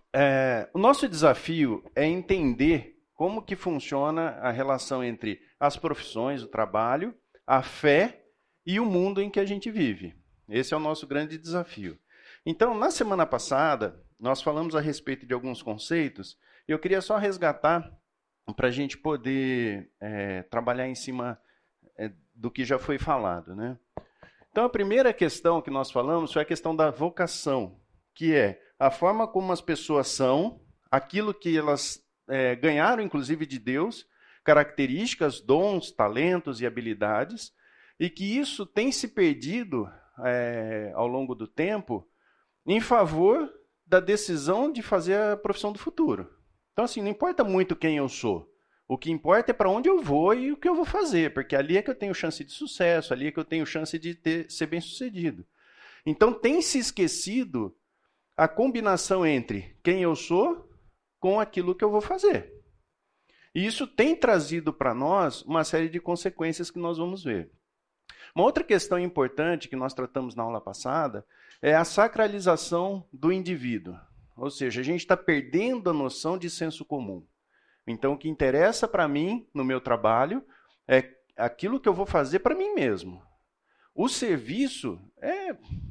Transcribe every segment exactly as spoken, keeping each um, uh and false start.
É, o nosso desafio é entender como que funciona a relação entre as profissões, o trabalho, a fé e o mundo em que a gente vive. Esse é o nosso grande desafio. Então, na semana passada, nós falamos a respeito de alguns conceitos, e eu queria só resgatar para a gente poder é, trabalhar em cima é, do que já foi falado, né? Então, a primeira questão que nós falamos foi a questão da vocação, que é a forma como as pessoas são, aquilo que elas é, ganharam, inclusive, de Deus, características, dons, talentos e habilidades, e que isso tem se perdido é, ao longo do tempo em favor da decisão de fazer a profissão do futuro. Então, assim, não importa muito quem eu sou. O que importa é para onde eu vou e o que eu vou fazer, porque ali é que eu tenho chance de sucesso, ali é que eu tenho chance de ter, ser bem-sucedido. Então, tem se esquecido a combinação entre quem eu sou com aquilo que eu vou fazer. E isso tem trazido para nós uma série de consequências que nós vamos ver. Uma outra questão importante que nós tratamos na aula passada é a sacralização do indivíduo. Ou seja, a gente está perdendo a noção de senso comum. Então, o que interessa para mim no meu trabalho é aquilo que eu vou fazer para mim mesmo. O serviço é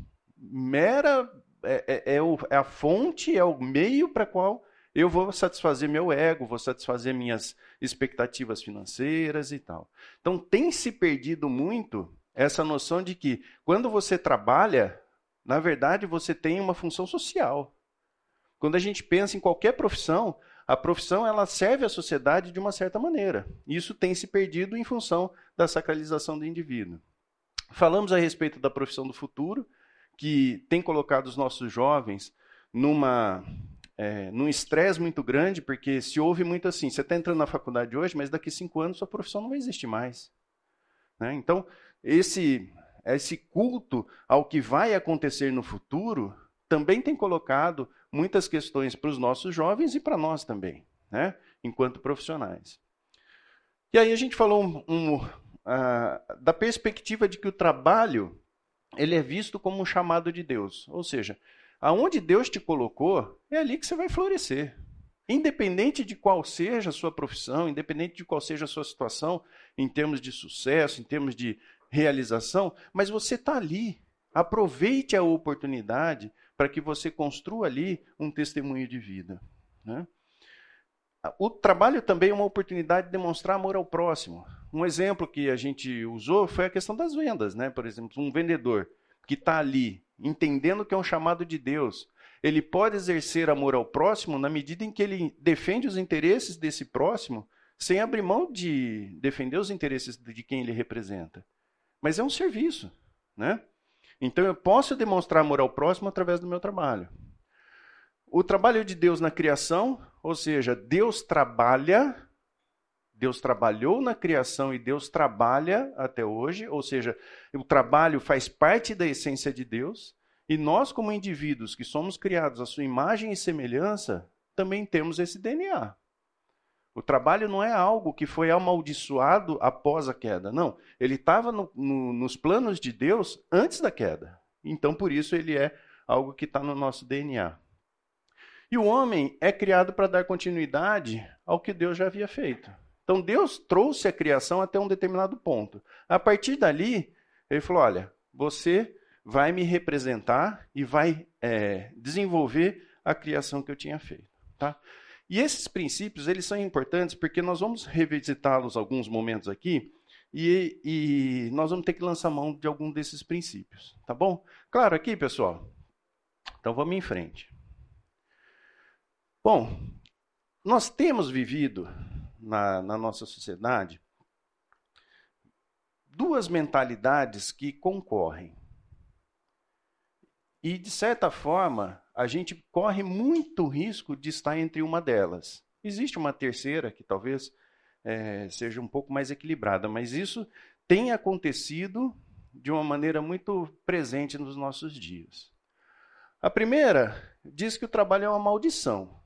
mera, é, é, é, o, é a fonte, é o meio para qual eu vou satisfazer meu ego, vou satisfazer minhas expectativas financeiras e tal. Então, tem se perdido muito essa noção de que quando você trabalha, na verdade, você tem uma função social. Quando a gente pensa em qualquer profissão, a profissão ela serve à sociedade de uma certa maneira. Isso tem se perdido em função da sacralização do indivíduo. Falamos a respeito da profissão do futuro, que tem colocado os nossos jovens numa, é, num estresse muito grande, porque se ouve muito assim, você está entrando na faculdade hoje, mas daqui a cinco anos sua profissão não vai existir mais. Né? Então, esse, esse culto ao que vai acontecer no futuro também tem colocado muitas questões para os nossos jovens e para nós também, né? Enquanto profissionais. E aí a gente falou um, um, uh, da perspectiva de que o trabalho ele é visto como um chamado de Deus. Ou seja, aonde Deus te colocou, é ali que você vai florescer. Independente de qual seja a sua profissão, independente de qual seja a sua situação, em termos de sucesso, em termos de realização, mas você está ali. Aproveite a oportunidade para que você construa ali um testemunho de vida. Né? O trabalho também é uma oportunidade de demonstrar amor ao próximo. Um exemplo que a gente usou foi a questão das vendas. Né? Por exemplo, um vendedor que está ali, entendendo que é um chamado de Deus, ele pode exercer amor ao próximo na medida em que ele defende os interesses desse próximo, sem abrir mão de defender os interesses de quem ele representa. Mas é um serviço, né? Então eu posso demonstrar amor ao próximo através do meu trabalho. O trabalho de Deus na criação, ou seja, Deus trabalha, Deus trabalhou na criação e Deus trabalha até hoje, ou seja, o trabalho faz parte da essência de Deus, e nós como indivíduos que somos criados à sua imagem e semelhança, também temos esse D N A. O trabalho não é algo que foi amaldiçoado após a queda. Não, ele estava no, no, nos planos de Deus antes da queda. Então, por isso, ele é algo que está no nosso D N A. E o homem é criado para dar continuidade ao que Deus já havia feito. Então, Deus trouxe a criação até um determinado ponto. A partir dali, ele falou, olha, você vai me representar e vai é, desenvolver a criação que eu tinha feito. Tá? E esses princípios, eles são importantes porque nós vamos revisitá-los alguns momentos aqui e, e nós vamos ter que lançar mão de algum desses princípios, tá bom? Claro aqui, pessoal? Então vamos em frente. Bom, nós temos vivido na, na nossa sociedade duas mentalidades que concorrem. E, de certa forma, a gente corre muito risco de estar entre uma delas. Existe uma terceira que talvez é, seja um pouco mais equilibrada, mas isso tem acontecido de uma maneira muito presente nos nossos dias. A primeira diz que o trabalho é uma maldição.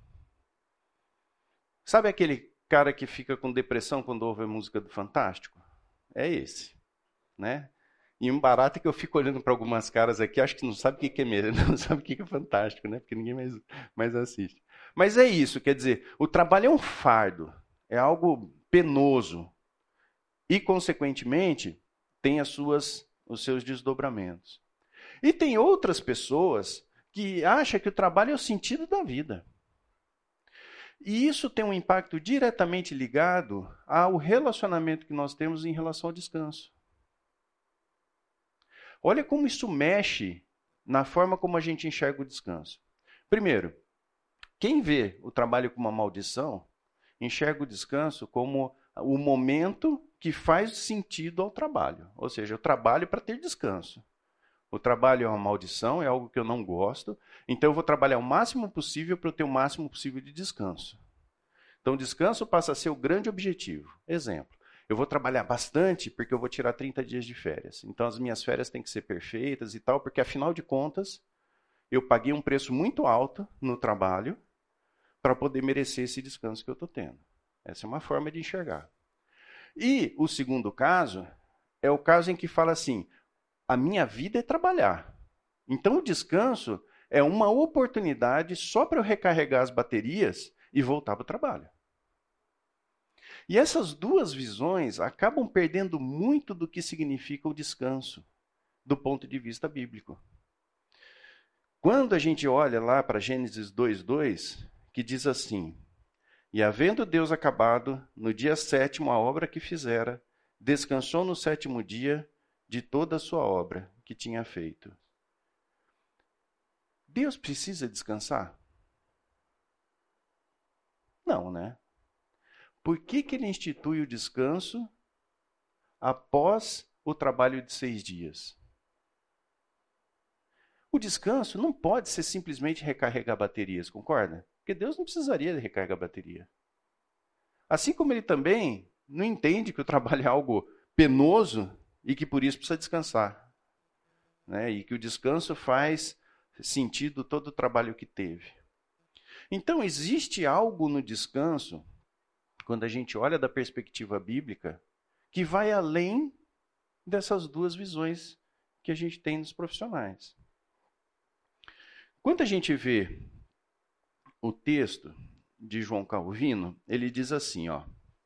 Sabe aquele cara que fica com depressão quando ouve a música do Fantástico? É esse, né? E um barato é que eu fico olhando para algumas caras aqui, acho que não sabe o que é mesmo, não sabe o que é fantástico, né? Porque ninguém mais, mais assiste. Mas é isso, quer dizer, o trabalho é um fardo, é algo penoso e, consequentemente, tem as suas, os seus desdobramentos. E tem outras pessoas que acham que o trabalho é o sentido da vida. E isso tem um impacto diretamente ligado ao relacionamento que nós temos em relação ao descanso. Olha como isso mexe na forma como a gente enxerga o descanso. Primeiro, quem vê o trabalho como uma maldição, enxerga o descanso como o momento que faz sentido ao trabalho. Ou seja, eu trabalho para ter descanso. O trabalho é uma maldição, é algo que eu não gosto, então eu vou trabalhar o máximo possível para eu ter o máximo possível de descanso. Então, o descanso passa a ser o grande objetivo. Exemplo, eu vou trabalhar bastante porque eu vou tirar trinta dias de férias. Então, as minhas férias têm que ser perfeitas e tal, porque, afinal de contas, eu paguei um preço muito alto no trabalho para poder merecer esse descanso que eu estou tendo. Essa é uma forma de enxergar. E o segundo caso é o caso em que fala assim, a minha vida é trabalhar. Então, o descanso é uma oportunidade só para eu recarregar as baterias e voltar para o trabalho. E essas duas visões acabam perdendo muito do que significa o descanso, do ponto de vista bíblico. Quando a gente olha lá para Gênesis dois, dois, que diz assim, e havendo Deus acabado no dia sétimo a obra que fizera, descansou no sétimo dia de toda a sua obra que tinha feito. Deus precisa descansar? Não, né? Por que que ele institui o descanso após o trabalho de seis dias? O descanso não pode ser simplesmente recarregar baterias, concorda? Porque Deus não precisaria de recarregar bateria. Assim como ele também não entende que o trabalho é algo penoso e que por isso precisa descansar. Né? E que o descanso faz sentido todo o trabalho que teve. Então, existe algo no descanso, quando a gente olha da perspectiva bíblica, que vai além dessas duas visões que a gente tem nos profissionais. Quando a gente vê o texto de João Calvino, ele diz assim, ó: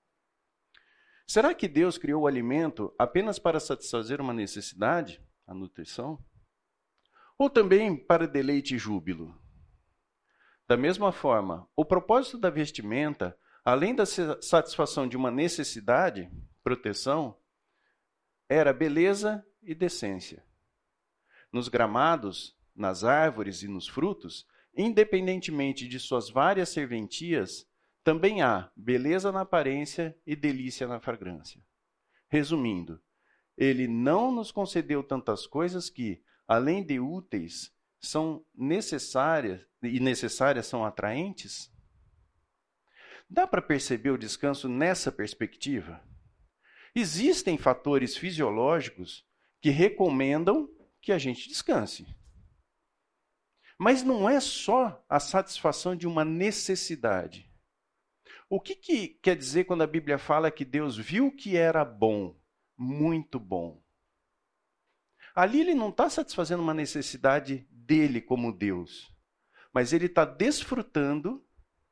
será que Deus criou o alimento apenas para satisfazer uma necessidade, a nutrição? Ou também para deleite e júbilo? Da mesma forma, o propósito da vestimenta, além da satisfação de uma necessidade, proteção, era beleza e decência. Nos gramados, nas árvores e nos frutos, independentemente de suas várias serventias, também há beleza na aparência e delícia na fragrância. Resumindo, ele não nos concedeu tantas coisas que, além de úteis, são necessárias e necessárias são atraentes? Dá para perceber o descanso nessa perspectiva? Existem fatores fisiológicos que recomendam que a gente descanse. Mas não é só a satisfação de uma necessidade. O que, que quer dizer quando a Bíblia fala que Deus viu que era bom, muito bom? Ali ele não está satisfazendo uma necessidade dele como Deus, mas ele está desfrutando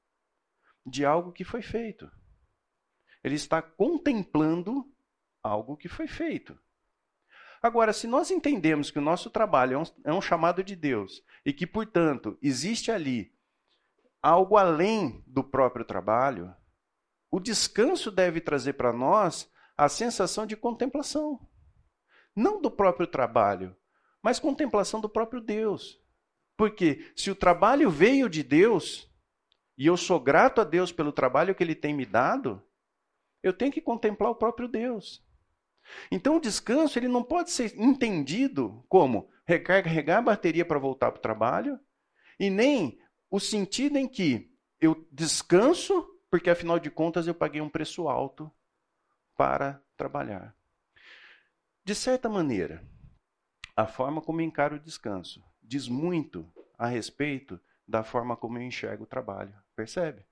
de algo que foi feito. Ele está contemplando algo que foi feito. Agora, se nós entendemos que o nosso trabalho é um, é um chamado de Deus e que, portanto, existe ali algo além do próprio trabalho, o descanso deve trazer para nós a sensação de contemplação. Não do próprio trabalho, mas contemplação do próprio Deus. Porque se o trabalho veio de Deus, e eu sou grato a Deus pelo trabalho que Ele tem me dado, eu tenho que contemplar o próprio Deus. Então o descanso ele não pode ser entendido como recarregar a bateria para voltar para o trabalho, e nem o sentido em que eu descanso, porque afinal de contas eu paguei um preço alto para trabalhar. De certa maneira, a forma como eu encaro o descanso diz muito a respeito da forma como eu enxergo o trabalho. Percebe?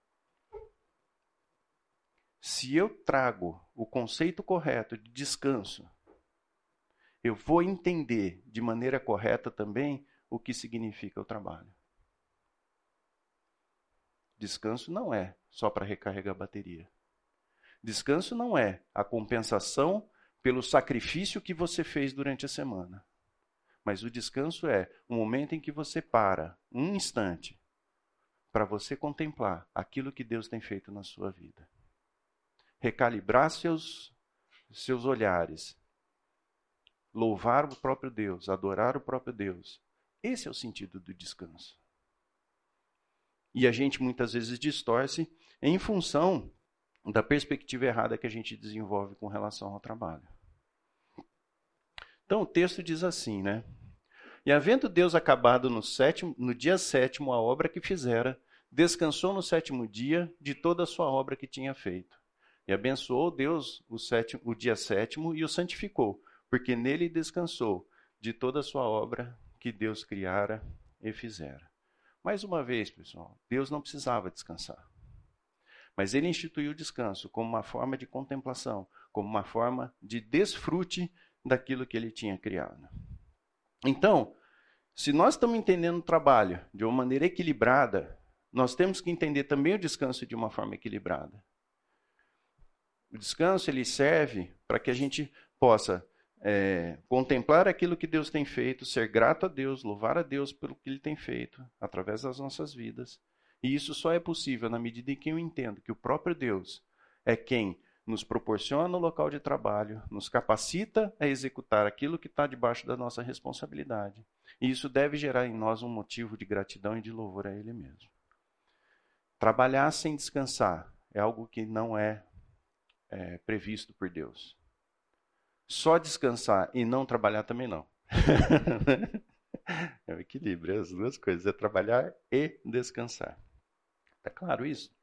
Se eu trago o conceito correto de descanso, eu vou entender de maneira correta também o que significa o trabalho. descanso não é só para recarregar a bateria. Descanso não é a compensação pelo sacrifício que você fez durante a semana. Mas o descanso é o momento em que você para, um instante, para você contemplar aquilo que Deus tem feito na sua vida. Recalibrar seus, seus olhares. Louvar o próprio Deus, adorar o próprio Deus. Esse é o sentido do descanso. E a gente muitas vezes distorce em função da perspectiva errada que a gente desenvolve com relação ao trabalho. Então o texto diz assim, né? E havendo Deus acabado no, sétimo, no dia sétimo a obra que fizera, descansou no sétimo dia de toda a sua obra que tinha feito. E abençoou Deus o, sétimo, o dia sétimo e o santificou, porque nele descansou de toda a sua obra que Deus criara e fizera. Mais uma vez, pessoal, Deus não precisava descansar. Mas ele instituiu o descanso como uma forma de contemplação, como uma forma de desfrute daquilo que ele tinha criado. Então, se nós estamos entendendo o trabalho de uma maneira equilibrada, nós temos que entender também o descanso de uma forma equilibrada. O descanso ele serve para que a gente possa é, contemplar aquilo que Deus tem feito, ser grato a Deus, louvar a Deus pelo que Ele tem feito através das nossas vidas. E isso só é possível na medida em que eu entendo que o próprio Deus é quem nos proporciona o local de trabalho, nos capacita a executar aquilo que está debaixo da nossa responsabilidade. E isso deve gerar em nós um motivo de gratidão e de louvor a Ele mesmo. Trabalhar sem descansar é algo que não é, é previsto por Deus. Só descansar e não trabalhar também não. É o equilíbrio, as duas coisas, é trabalhar e descansar. Está claro isso?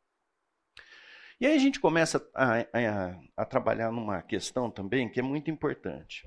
E aí a gente começa a, a, a trabalhar numa questão também que é muito importante.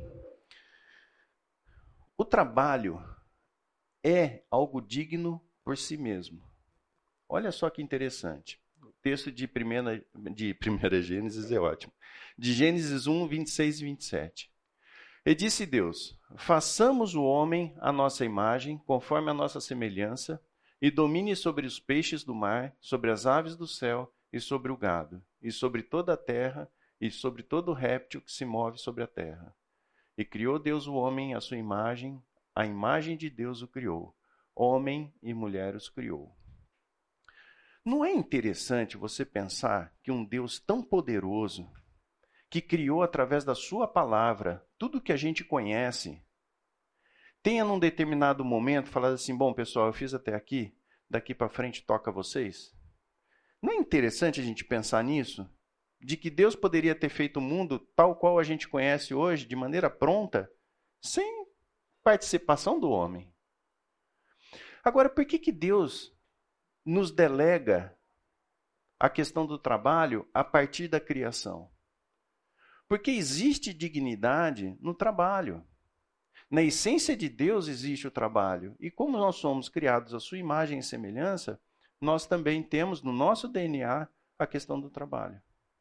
O trabalho é algo digno por si mesmo. Olha só que interessante. O texto de primeira, de primeira Gênesis é ótimo. De Gênesis um, vinte e seis e vinte e sete. E disse Deus, façamos o homem à nossa imagem, conforme a nossa semelhança, e domine sobre os peixes do mar, sobre as aves do céu, e sobre o gado, e sobre toda a terra, e sobre todo réptil que se move sobre a terra. E criou Deus o homem à sua imagem, a imagem de Deus o criou. Homem e mulher os criou. Não é interessante você pensar que um Deus tão poderoso, que criou através da sua palavra tudo que a gente conhece, tenha num determinado momento falado assim, bom pessoal, eu fiz até aqui, daqui para frente toca vocês? Não é interessante a gente pensar nisso? De que Deus poderia ter feito o mundo tal qual a gente conhece hoje, de maneira pronta, sem participação do homem. Agora, por que que Deus nos delega a questão do trabalho a partir da criação? Porque existe dignidade no trabalho. Na essência de Deus existe o trabalho. E como nós somos criados à sua imagem e semelhança, nós também temos no nosso D N A a questão do trabalho.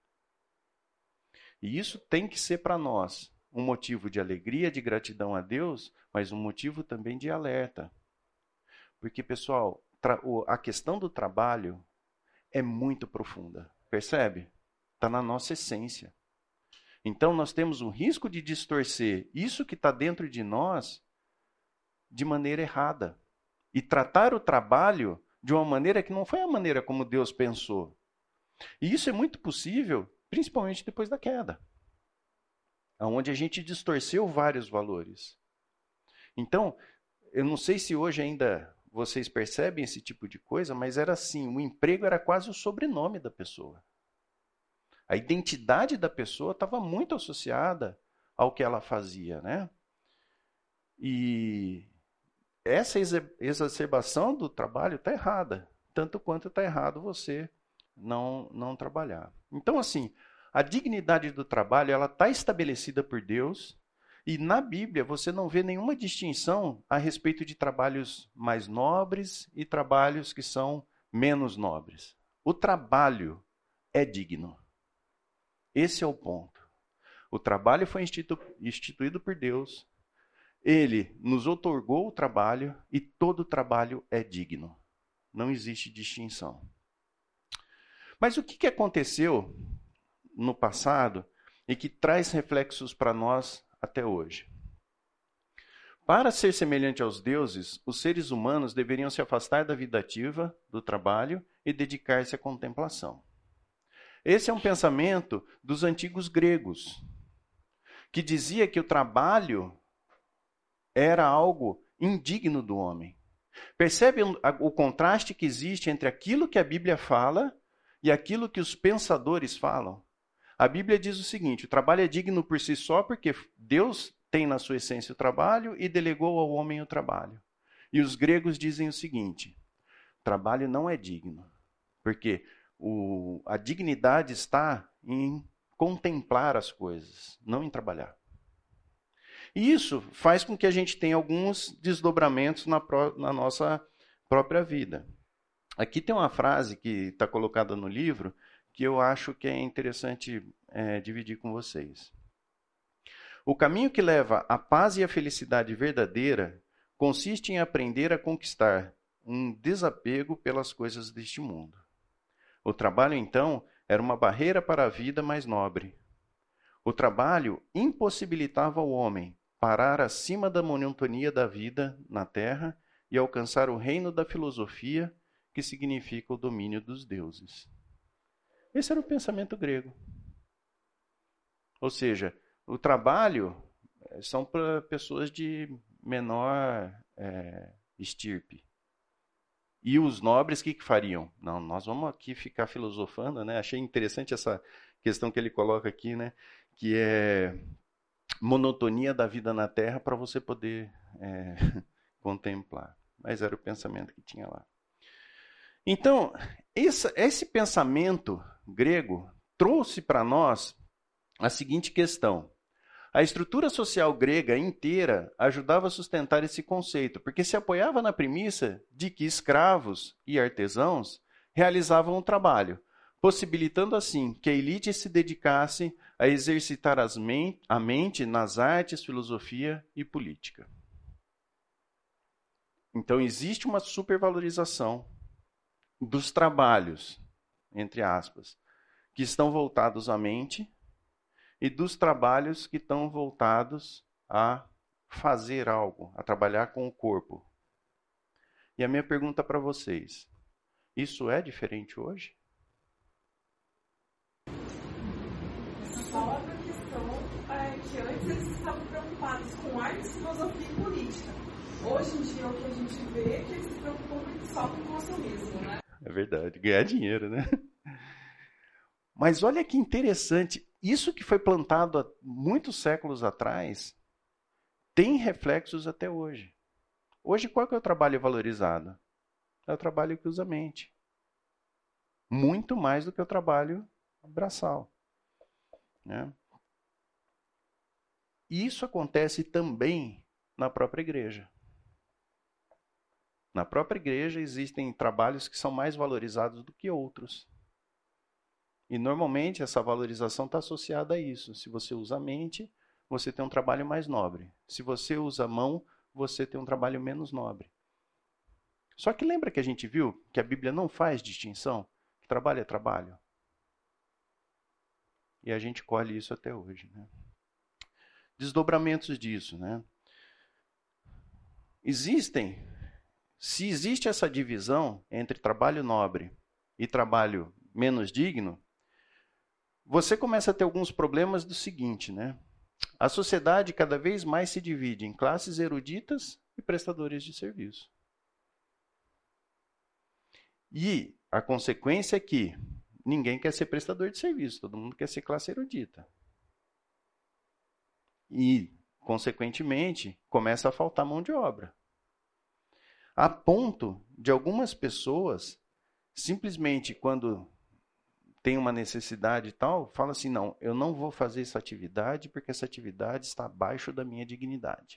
E isso tem que ser para nós um motivo de alegria, de gratidão a Deus, mas um motivo também de alerta. Porque, pessoal, a questão do trabalho é muito profunda. Percebe? Está na nossa essência. Então, nós temos um risco de distorcer isso que está dentro de nós de maneira errada. E tratar o trabalho de uma maneira que não foi a maneira como Deus pensou. E isso é muito possível, principalmente depois da queda, onde a gente distorceu vários valores. Então, eu não sei se hoje ainda vocês percebem esse tipo de coisa, mas era assim, o emprego era quase o sobrenome da pessoa. A identidade da pessoa estava muito associada ao que ela fazia, né? E essa exacerbação do trabalho está errada, tanto quanto está errado você não, não trabalhar. Então, assim, a dignidade do trabalho ela está estabelecida por Deus e na Bíblia você não vê nenhuma distinção a respeito de trabalhos mais nobres e trabalhos que são menos nobres. O trabalho é digno. Esse é o ponto. O trabalho foi institu- instituído por Deus. Ele nos outorgou o trabalho e todo trabalho é digno. Não existe distinção. Mas o que, que aconteceu no passado e que traz reflexos para nós até hoje? Para ser semelhante aos deuses, os seres humanos deveriam se afastar da vida ativa, do trabalho e dedicar-se à contemplação. Esse é um pensamento dos antigos gregos, que dizia que o trabalho era algo indigno do homem. Percebe o contraste que existe entre aquilo que a Bíblia fala e aquilo que os pensadores falam? A Bíblia diz o seguinte: o trabalho é digno por si só porque Deus tem na sua essência o trabalho e delegou ao homem o trabalho. E os gregos dizem o seguinte: o trabalho não é digno, porque o, a dignidade está em contemplar as coisas, não em trabalhar. E isso faz com que a gente tenha alguns desdobramentos na, pró- na nossa própria vida. Aqui tem uma frase que está colocada no livro que eu acho que é interessante é, dividir com vocês. O caminho que leva à paz e à felicidade verdadeira consiste em aprender a conquistar um desapego pelas coisas deste mundo. O trabalho, então, era uma barreira para a vida mais nobre. O trabalho impossibilitava ao homem parar acima da monotonia da vida na terra e alcançar o reino da filosofia, que significa o domínio dos deuses. Esse era o pensamento grego. Ou seja, o trabalho são para pessoas de menor é, estirpe. E os nobres, o que, que fariam? Não, nós vamos aqui ficar filosofando, né? Achei interessante essa questão que ele coloca aqui, né? Que é monotonia da vida na Terra para você poder é, contemplar. Mas era o pensamento que tinha lá. Então, esse, esse pensamento grego trouxe para nós a seguinte questão. A estrutura social grega inteira ajudava a sustentar esse conceito, porque se apoiava na premissa de que escravos e artesãos realizavam o trabalho, possibilitando assim que a elite se dedicasse a exercitar as men- a mente nas artes, filosofia e política. Então existe uma supervalorização dos trabalhos, entre aspas, que estão voltados à mente, e dos trabalhos que estão voltados a fazer algo, a trabalhar com o corpo. E a minha pergunta para vocês, isso é diferente hoje? Só a questão é que antes eles estavam preocupados com arte, filosofia e política. Hoje em dia o que a gente vê é que eles se preocupam só com o consumismo, né? É verdade, ganhar dinheiro, né? Mas olha que interessante, isso que foi plantado há muitos séculos atrás tem reflexos até hoje. Hoje, qual que é o trabalho valorizado? É o trabalho que usa a mente. Muito mais do que o trabalho braçal. Né? E isso acontece também na própria igreja. Na própria igreja existem trabalhos que são mais valorizados do que outros. E normalmente essa valorização está associada a isso. Se você usa a mente, você tem um trabalho mais nobre. Se você usa a mão, você tem um trabalho menos nobre. Só que lembra que a gente viu que a Bíblia não faz distinção? Trabalho é trabalho. E a gente colhe isso até hoje. Né? Desdobramentos disso. Né? Existem, se existe essa divisão entre trabalho nobre e trabalho menos digno, você começa a ter alguns problemas do seguinte, né? A sociedade cada vez mais se divide em classes eruditas e prestadores de serviço. E a consequência é que ninguém quer ser prestador de serviço, todo mundo quer ser classe erudita. E, consequentemente, começa a faltar mão de obra. A ponto de algumas pessoas, simplesmente quando tem uma necessidade e tal, fala assim, não, eu não vou fazer essa atividade porque essa atividade está abaixo da minha dignidade.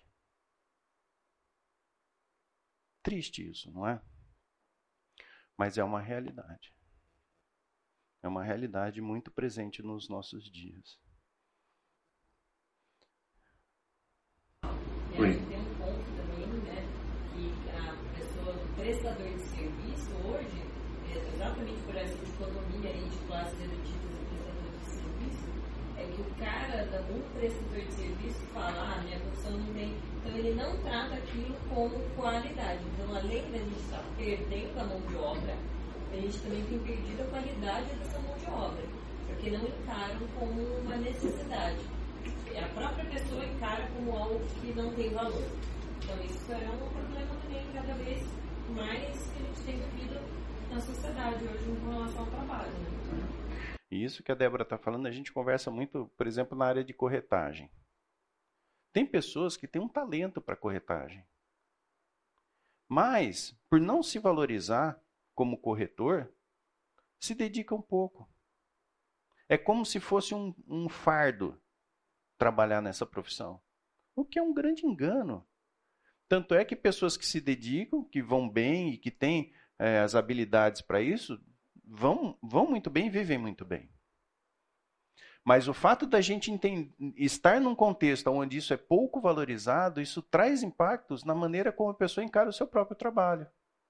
Triste isso, não é? Mas é uma realidade. É uma realidade muito presente nos nossos dias. E acho que tem um ponto também, né, que a pessoa, o prestador de serviço hoje, exatamente por essa dicotomia aí de classes eruditas e prestadores de serviço, é que o cara, um prestador de serviço, fala, ah, minha profissão não tem... Então, ele não trata aquilo como qualidade. Então, além da gente estar perdendo a mão de obra, a gente também tem perdido a qualidade dessa mão de obra, porque não encaram como uma necessidade. A própria pessoa encara como algo que não tem valor. Então, isso é um problema também cada vez mais que a gente tem vivido na sociedade hoje em relação ao trabalho. Né? E isso que a Débora está falando, a gente conversa muito, por exemplo, na área de corretagem. Tem pessoas que têm um talento para corretagem. Mas, por não se valorizar como corretor, se dedica um pouco. É como se fosse um, um fardo trabalhar nessa profissão. O que é um grande engano. Tanto é que pessoas que se dedicam, que vão bem e que têm é, as habilidades para isso, vão, vão muito bem e vivem muito bem. Mas o fato da gente entender, estar num contexto onde isso é pouco valorizado, isso traz impactos na maneira como a pessoa encara o seu próprio trabalho.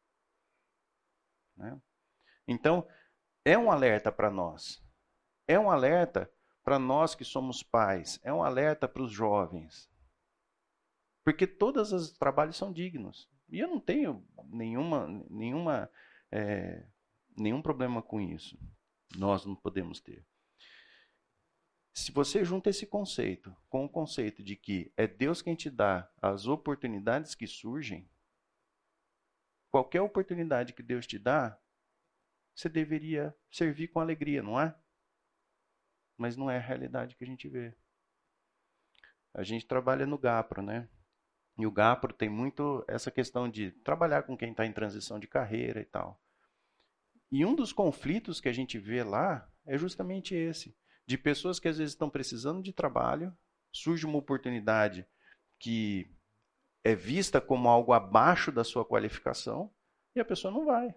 Né? Então, é um alerta para nós. É um alerta para nós que somos pais. É um alerta para os jovens. Porque todos os trabalhos são dignos. E eu não tenho nenhuma, nenhuma, é, nenhum problema com isso. Nós não podemos ter. Se você junta esse conceito com o conceito de que é Deus quem te dá as oportunidades que surgem, qualquer oportunidade que Deus te dá, você deveria servir com alegria, não é? Mas não é a realidade que a gente vê. A gente trabalha no Gapro, né? E o Gapro tem muito essa questão de trabalhar com quem está em transição de carreira e tal. E um dos conflitos que a gente vê lá é justamente esse. De pessoas que às vezes estão precisando de trabalho, surge uma oportunidade que é vista como algo abaixo da sua qualificação e a pessoa não vai.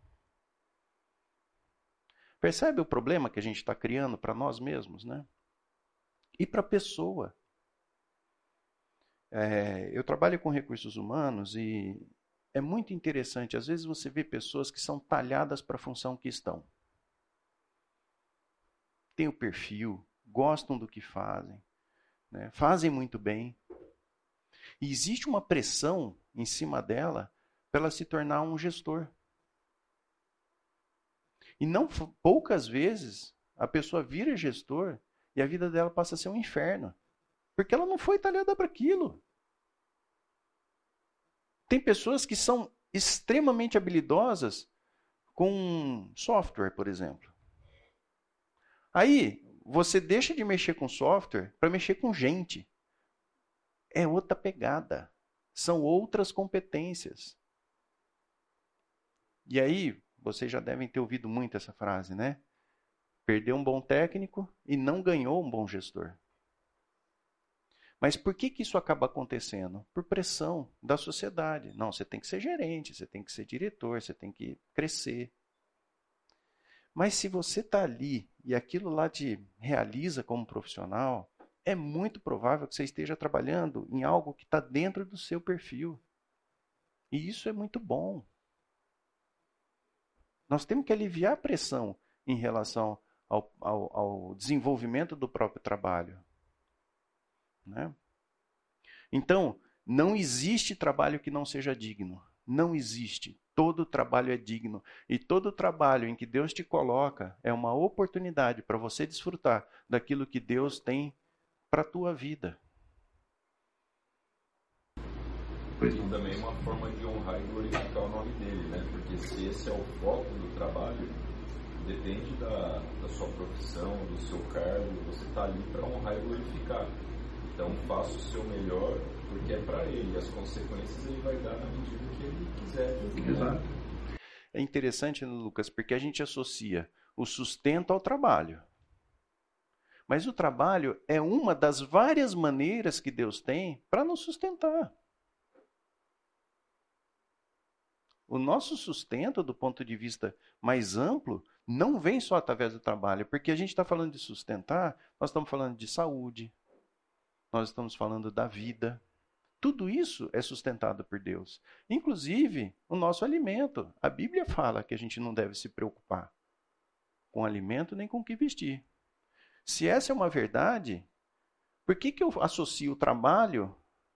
Percebe o problema que a gente está criando para nós mesmos, né? E para a pessoa. É, eu trabalho com recursos humanos e é muito interessante. Às vezes você vê pessoas que são talhadas para a função que estão. Têm o perfil, gostam do que fazem, né? Fazem muito bem. E existe uma pressão em cima dela para ela se tornar um gestor. E não poucas vezes a pessoa vira gestor e a vida dela passa a ser um inferno. Porque ela não foi talhada para aquilo. Tem pessoas que são extremamente habilidosas com software, por exemplo. Aí, você deixa de mexer com software para mexer com gente. É outra pegada. São outras competências. E aí, vocês já devem ter ouvido muito essa frase, né? Perdeu um bom técnico e não ganhou um bom gestor. Mas por que que isso acaba acontecendo? Por pressão da sociedade. Não, você tem que ser gerente, você tem que ser diretor, você tem que crescer. Mas se você está ali e aquilo lá te realiza como profissional, é muito provável que você esteja trabalhando em algo que está dentro do seu perfil. E isso é muito bom. Nós temos que aliviar a pressão em relação ao, ao, ao desenvolvimento do próprio trabalho. Né? Então, não existe trabalho que não seja digno. Não existe. Todo trabalho é digno. E todo trabalho em que Deus te coloca é uma oportunidade para você desfrutar daquilo que Deus tem para a tua vida. E também uma forma de honrar e glorificar o nome dele, né? Porque se esse é o foco do trabalho, depende da, da sua profissão, do seu cargo, você está ali para honrar e glorificar. Então faça o seu melhor, porque é para ele. E as consequências ele vai dar na medida que ele quiser. Exato. É interessante, né, Lucas, porque a gente associa o sustento ao trabalho. Mas o trabalho é uma das várias maneiras que Deus tem para nos sustentar. O nosso sustento, do ponto de vista mais amplo, não vem só através do trabalho. Porque a gente está falando de sustentar, nós estamos falando de saúde, nós estamos falando da vida, Tudo isso é sustentado por Deus. Inclusive, o nosso alimento. A Bíblia fala que a gente não deve se preocupar com alimento nem com o que vestir. Se essa é uma verdade, por que, que eu associo o trabalho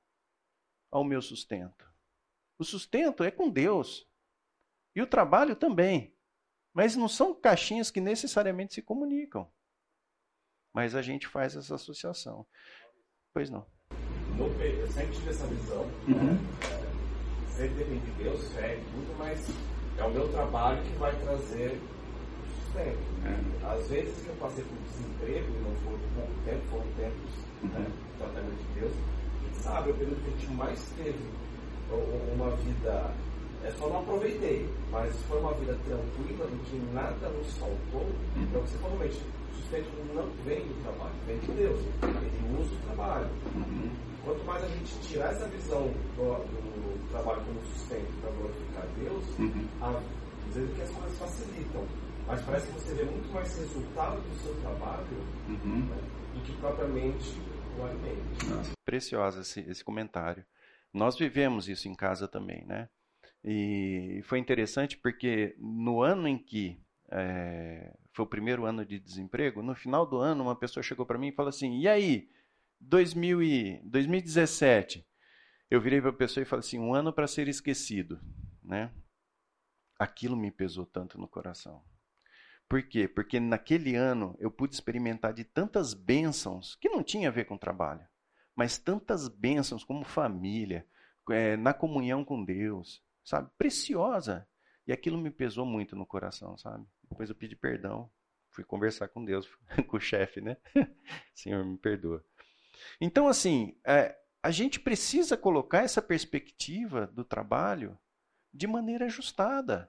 ao meu sustento? O sustento é com Deus. E o trabalho também. Mas não são caixinhas que necessariamente se comunicam. Mas a gente faz essa associação. Pois não. No, eu sempre tive essa visão. Uhum. Né? Sempre depende de Deus, fé e tudo, mas é o meu trabalho que vai trazer o sustento. Uhum. Às vezes que eu passei por desemprego, e não foi pouco tempo, foram tempos, uhum, né, de tratamento de Deus, quem sabe o período que a gente mais teve uma vida, é só não aproveitei, mas foi uma vida tranquila, em que nada nos faltou. Então você falou, o sustento não vem do trabalho, vem de Deus, ele usa o trabalho. Uhum. Quanto mais a gente tirar essa visão do, do trabalho como sustento para glorificar Deus, uhum, a, dizendo que as coisas facilitam, mas parece que você vê muito mais resultado do seu trabalho, uhum, né, do que propriamente o alimento. Nossa, precioso esse, esse comentário. Nós vivemos isso em casa também, né? E foi interessante porque no ano em que é, foi o primeiro ano de desemprego, no final do ano uma pessoa chegou para mim e falou assim, e aí, dois mil e dezessete, eu virei para a pessoa e falei assim, um ano para ser esquecido, né? Aquilo me pesou tanto no coração. Por quê? Porque naquele ano eu pude experimentar de tantas bênçãos que não tinha a ver com trabalho, mas tantas bênçãos como família, é, na comunhão com Deus, sabe? Preciosa. E aquilo me pesou muito no coração, sabe? Depois eu pedi perdão, fui conversar com Deus, com o chefe, né? Senhor, me perdoa. Então, assim, é, a gente precisa colocar essa perspectiva do trabalho de maneira ajustada.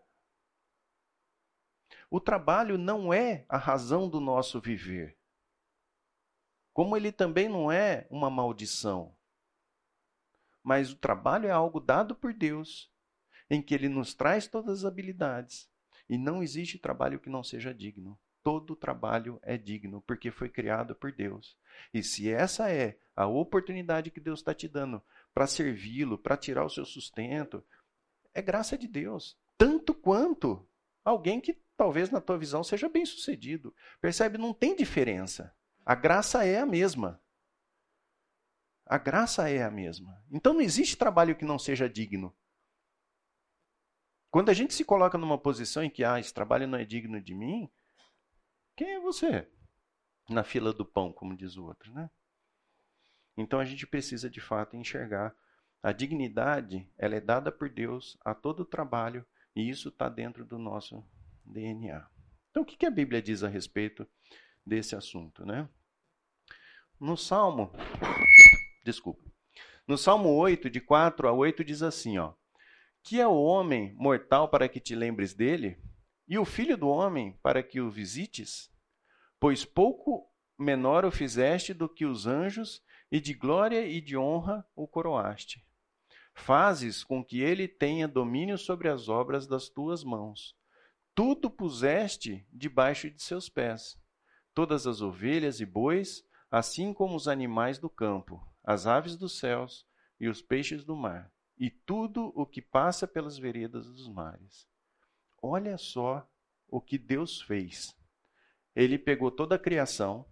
O trabalho não é a razão do nosso viver. Como ele também não é uma maldição. Mas o trabalho é algo dado por Deus, em que ele nos traz todas as habilidades. E não existe trabalho que não seja digno. Todo trabalho é digno, porque foi criado por Deus. E se essa é a oportunidade que Deus está te dando para servi-lo, para tirar o seu sustento, é graça de Deus. Tanto quanto alguém que talvez na tua visão seja bem sucedido. Percebe? Não tem diferença. A graça é a mesma. A graça é a mesma. Então não existe trabalho que não seja digno. Quando a gente se coloca numa posição em que ah, esse trabalho não é digno de mim, quem é você? Na fila do pão, como diz o outro, né? Então a gente precisa de fato enxergar a dignidade, ela é dada por Deus a todo o trabalho e isso está dentro do nosso D N A. Então o que a Bíblia diz a respeito desse assunto, né? No Salmo, desculpa, no Salmo oito, de quatro a oito, diz assim, ó, que é o homem mortal para que te lembres dele, e o filho do homem para que o visites? Pois pouco menor o fizeste do que os anjos, e de glória e de honra o coroaste. Fazes com que ele tenha domínio sobre as obras das tuas mãos. Tudo puseste debaixo de seus pés. Todas as ovelhas e bois, assim como os animais do campo, as aves dos céus e os peixes do mar, e tudo o que passa pelas veredas dos mares. Olha só o que Deus fez. Ele pegou toda a criação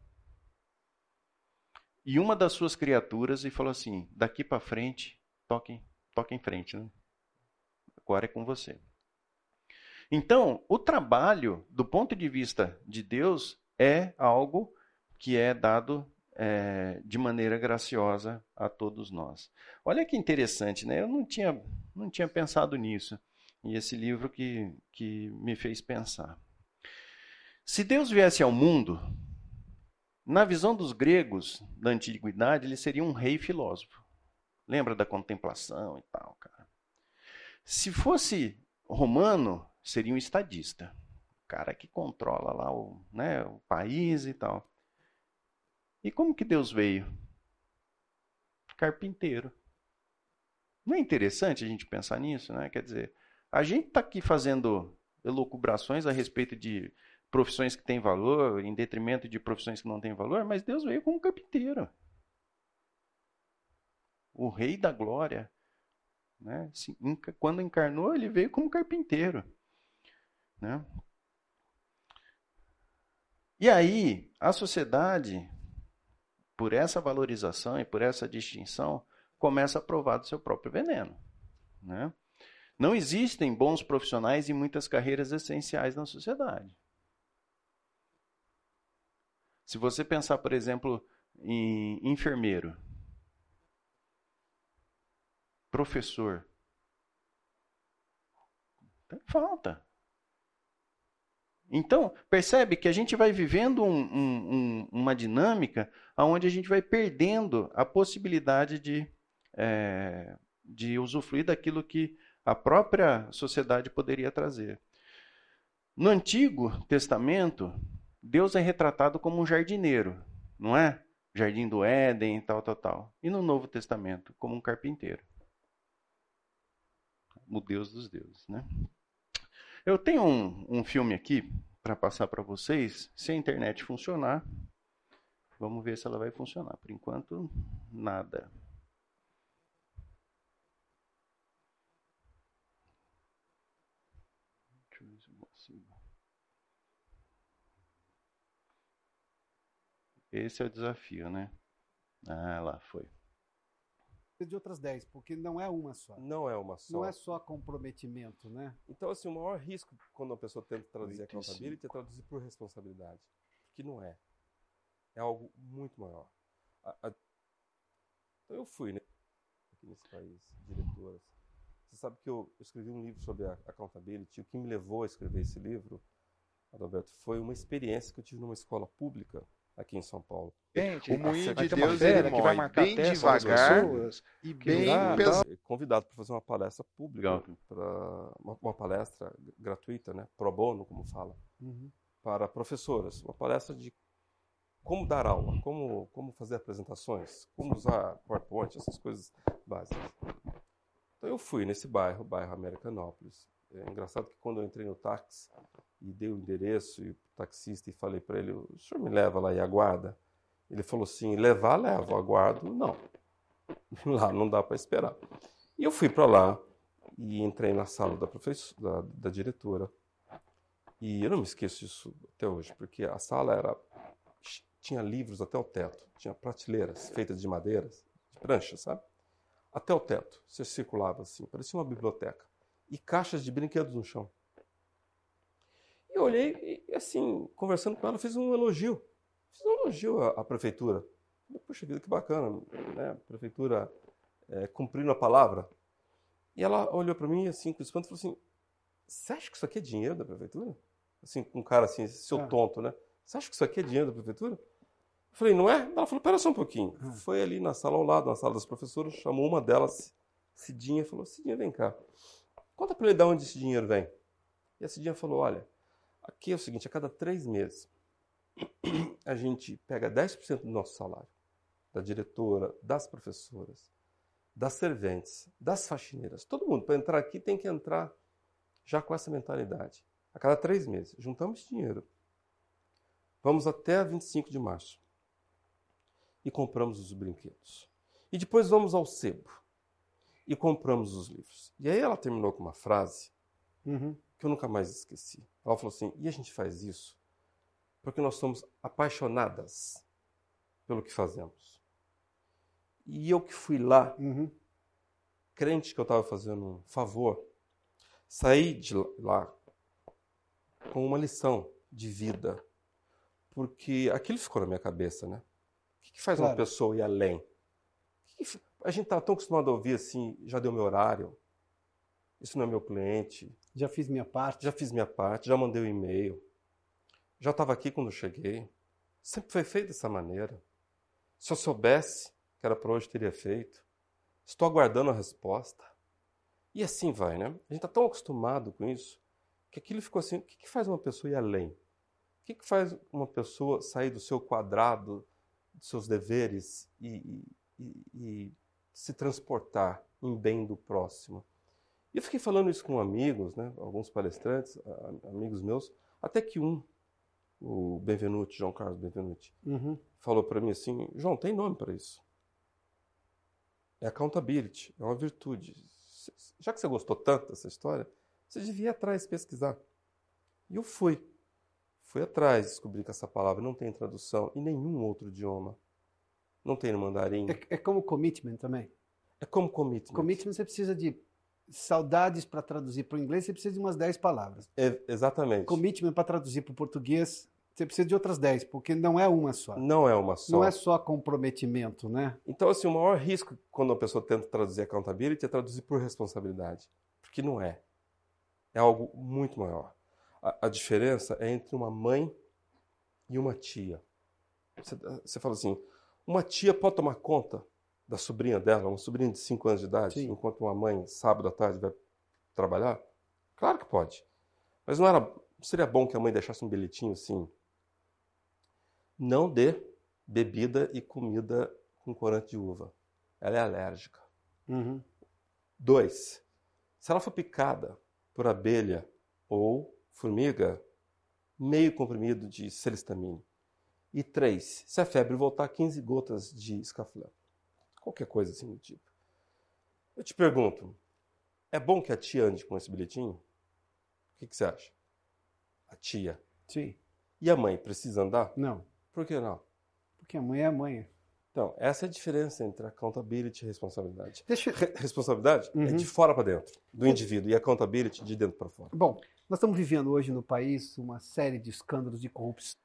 e uma das suas criaturas e falou assim, daqui para frente, toque, toque em frente, né? Agora é com você. Então, o trabalho, do ponto de vista de Deus, é algo que é dado é, de maneira graciosa a todos nós. Olha que interessante, né? Eu não tinha, não tinha pensado nisso. E esse livro que, que me fez pensar. Se Deus viesse ao mundo, na visão dos gregos da antiguidade, ele seria um rei filósofo. Lembra da contemplação e tal, cara? Se fosse romano, seria um estadista. O cara que controla lá o, né, o país e tal. E como que Deus veio? Carpinteiro. Não é interessante a gente pensar nisso, né? Quer dizer, a gente está aqui fazendo elucubrações a respeito de profissões que têm valor, em detrimento de profissões que não têm valor, mas Deus veio como carpinteiro. o Rei da Glória, né? Quando encarnou, ele veio como carpinteiro, né? E aí, a sociedade, por essa valorização e por essa distinção, começa a provar do seu próprio veneno, né? Não existem bons profissionais em muitas carreiras essenciais na sociedade. Se você pensar, por exemplo, em enfermeiro, professor, tem falta. Então, percebe que a gente vai vivendo um, um, um, uma dinâmica onde a gente vai perdendo a possibilidade de, é, de usufruir daquilo que a própria sociedade poderia trazer. No Antigo Testamento, Deus é retratado como um jardineiro, não é? Jardim do Éden, tal, tal, tal. E no Novo Testamento, como um carpinteiro. O Deus dos deuses, né? Eu tenho um, um filme aqui para passar para vocês. Se a internet funcionar, vamos ver se ela vai funcionar. Por enquanto, nada. Deixa eu ver se eu consigo. Esse é o desafio, né? Ah, lá foi. De outras dez, porque não é uma só. Não é uma só. Não é só comprometimento, né? Então, assim, o maior risco quando uma pessoa tenta traduzir oito e accountability é traduzir por responsabilidade. Que não é. É algo muito maior. A, a... Então, eu fui, né? Aqui nesse país, diretoras. Você sabe que eu escrevi um livro sobre a accountability. O que me levou a escrever esse livro, Adalberto, foi uma experiência que eu tive numa escola pública aqui em São Paulo. Gente, o moinho de Deus ele mói bem devagar e bem pesado. Convidado para fazer uma palestra pública, para uma, uma palestra gratuita, né, pro bono, como fala, uhum. para professoras, uma palestra de como dar aula, como como fazer apresentações, como usar PowerPoint, essas coisas básicas. Então eu fui nesse bairro, bairro Americanópolis. É engraçado que quando eu entrei no táxi e dei o endereço e o taxista e falei para ele, o senhor me leva lá e aguarda? Ele falou assim, levar, levo, aguardo, não. Lá não dá para esperar. E eu fui para lá e entrei na sala da, professora, da, da diretora. E eu não me esqueço disso até hoje, porque a sala era tinha livros até o teto, tinha prateleiras feitas de madeiras, de prancha, sabe? Até o teto. Você circulava assim, parecia uma biblioteca. E caixas de brinquedos no chão. E eu olhei e, assim, conversando com ela, fiz um elogio. Fiz um elogio à, à prefeitura. Puxa vida, que bacana, né? A prefeitura é, cumprindo a palavra. E ela olhou para mim, assim, com espanto, e falou assim, você acha que isso aqui é dinheiro da prefeitura? Assim, com um cara assim, seu ah. tonto, né? Você acha que isso aqui é dinheiro da prefeitura? Eu falei, não é? Ela falou, pera só um pouquinho. Ah. Foi ali na sala ao lado, na sala das professoras, chamou uma delas, Cidinha, e falou, Cidinha, vem cá. Conta para ele de onde esse dinheiro vem. E a Cidinha falou, olha, aqui é o seguinte, a cada três meses, a gente pega dez por cento do nosso salário, da diretora, das professoras, das serventes, das faxineiras, todo mundo, para entrar aqui tem que entrar já com essa mentalidade. A cada três meses, juntamos esse dinheiro, vamos até vinte e cinco de março e compramos os brinquedos. E depois vamos ao sebo e compramos os livros. E aí ela terminou com uma frase uhum. que eu nunca mais esqueci. Ela falou assim, e a gente faz isso porque nós somos apaixonadas pelo que fazemos. E eu que fui lá, uhum. crente que eu estava fazendo um favor, saí de lá com uma lição de vida. Porque aquilo ficou na minha cabeça, né? O que, que faz claro. Uma pessoa ir além? Que que, a gente está tão acostumado a ouvir assim, já deu meu horário, isso não é meu cliente. Já fiz minha parte. Já fiz minha parte, já mandei o um e-mail. Já estava aqui quando eu cheguei. Sempre foi feito dessa maneira. Se eu soubesse que era para hoje, teria feito. Estou aguardando a resposta. E assim vai, né? A gente está tão acostumado com isso que aquilo ficou assim, o que, que faz uma pessoa ir além? O que, que faz uma pessoa sair do seu quadrado, dos seus deveres e, e, e se transportar em bem do próximo? E eu fiquei falando isso com amigos, né? Alguns palestrantes, amigos meus, até que um, o Benvenuti, João Carlos Benvenuti, uhum. falou para mim assim, João, tem nome para isso. É accountability, é uma virtude. Já que você gostou tanto dessa história, você devia ir atrás pesquisar. E eu fui. Fui atrás, descobri que essa palavra não tem tradução em nenhum outro idioma. Não tem no mandarim. É, é como commitment também. É como commitment. Commitment você precisa de saudades para traduzir para o inglês, você precisa de umas dez palavras. É, exatamente. Commitment para traduzir para o português, você precisa de outras dez, porque não é uma só. Não é uma só. Não é só comprometimento, né? Então, assim, o maior risco quando a pessoa tenta traduzir accountability é traduzir por responsabilidade. Porque não é. É algo muito maior. A, a diferença é entre uma mãe e uma tia. Você, você fala assim, uma tia pode tomar conta da sobrinha dela, uma sobrinha de cinco anos de idade, Sim. enquanto uma mãe, sábado à tarde, vai trabalhar? Claro que pode. Mas não era, seria bom que a mãe deixasse um bilhetinho assim, não dê bebida e comida com corante de uva. Ela é alérgica. Uhum. Dois, se ela for picada por abelha ou formiga, meio comprimido de celistamine. E três, se a febre voltar, quinze gotas de escaflã. Qualquer coisa assim do tipo. Eu te pergunto, é bom que a tia ande com esse bilhetinho? O que, que você acha? A tia. Sim. E a mãe precisa andar? Não. Por que não? Porque a mãe é a mãe. Então, essa é a diferença entre accountability e responsabilidade. Deixa... Re- responsabilidade uhum. é de fora para dentro, do indivíduo, e accountability de dentro para fora. Bom, nós estamos vivendo hoje no país uma série de escândalos de corrupção.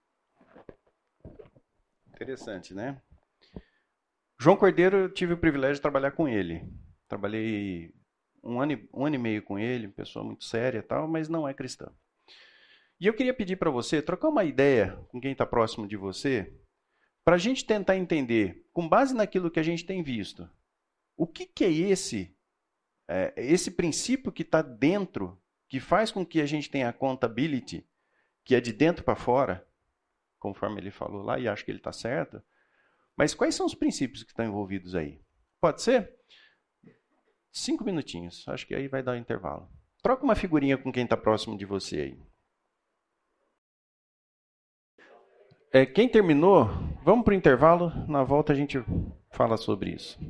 Interessante, né? João Cordeiro, eu tive o privilégio de trabalhar com ele. Trabalhei um ano, e, um ano e meio com ele, pessoa muito séria e tal, mas não é cristã. E eu queria pedir para você trocar uma ideia com quem está próximo de você, para a gente tentar entender, com base naquilo que a gente tem visto, o que, que é esse, é, esse princípio que está dentro, que faz com que a gente tenha accountability, que é de dentro para fora, conforme ele falou lá, e acho que ele está certo. Mas quais são os princípios que estão envolvidos aí? Pode ser? Cinco minutinhos, acho que aí vai dar um intervalo. Troca uma figurinha com quem está próximo de você aí. É, quem terminou, vamos para o intervalo, na volta a gente fala sobre isso.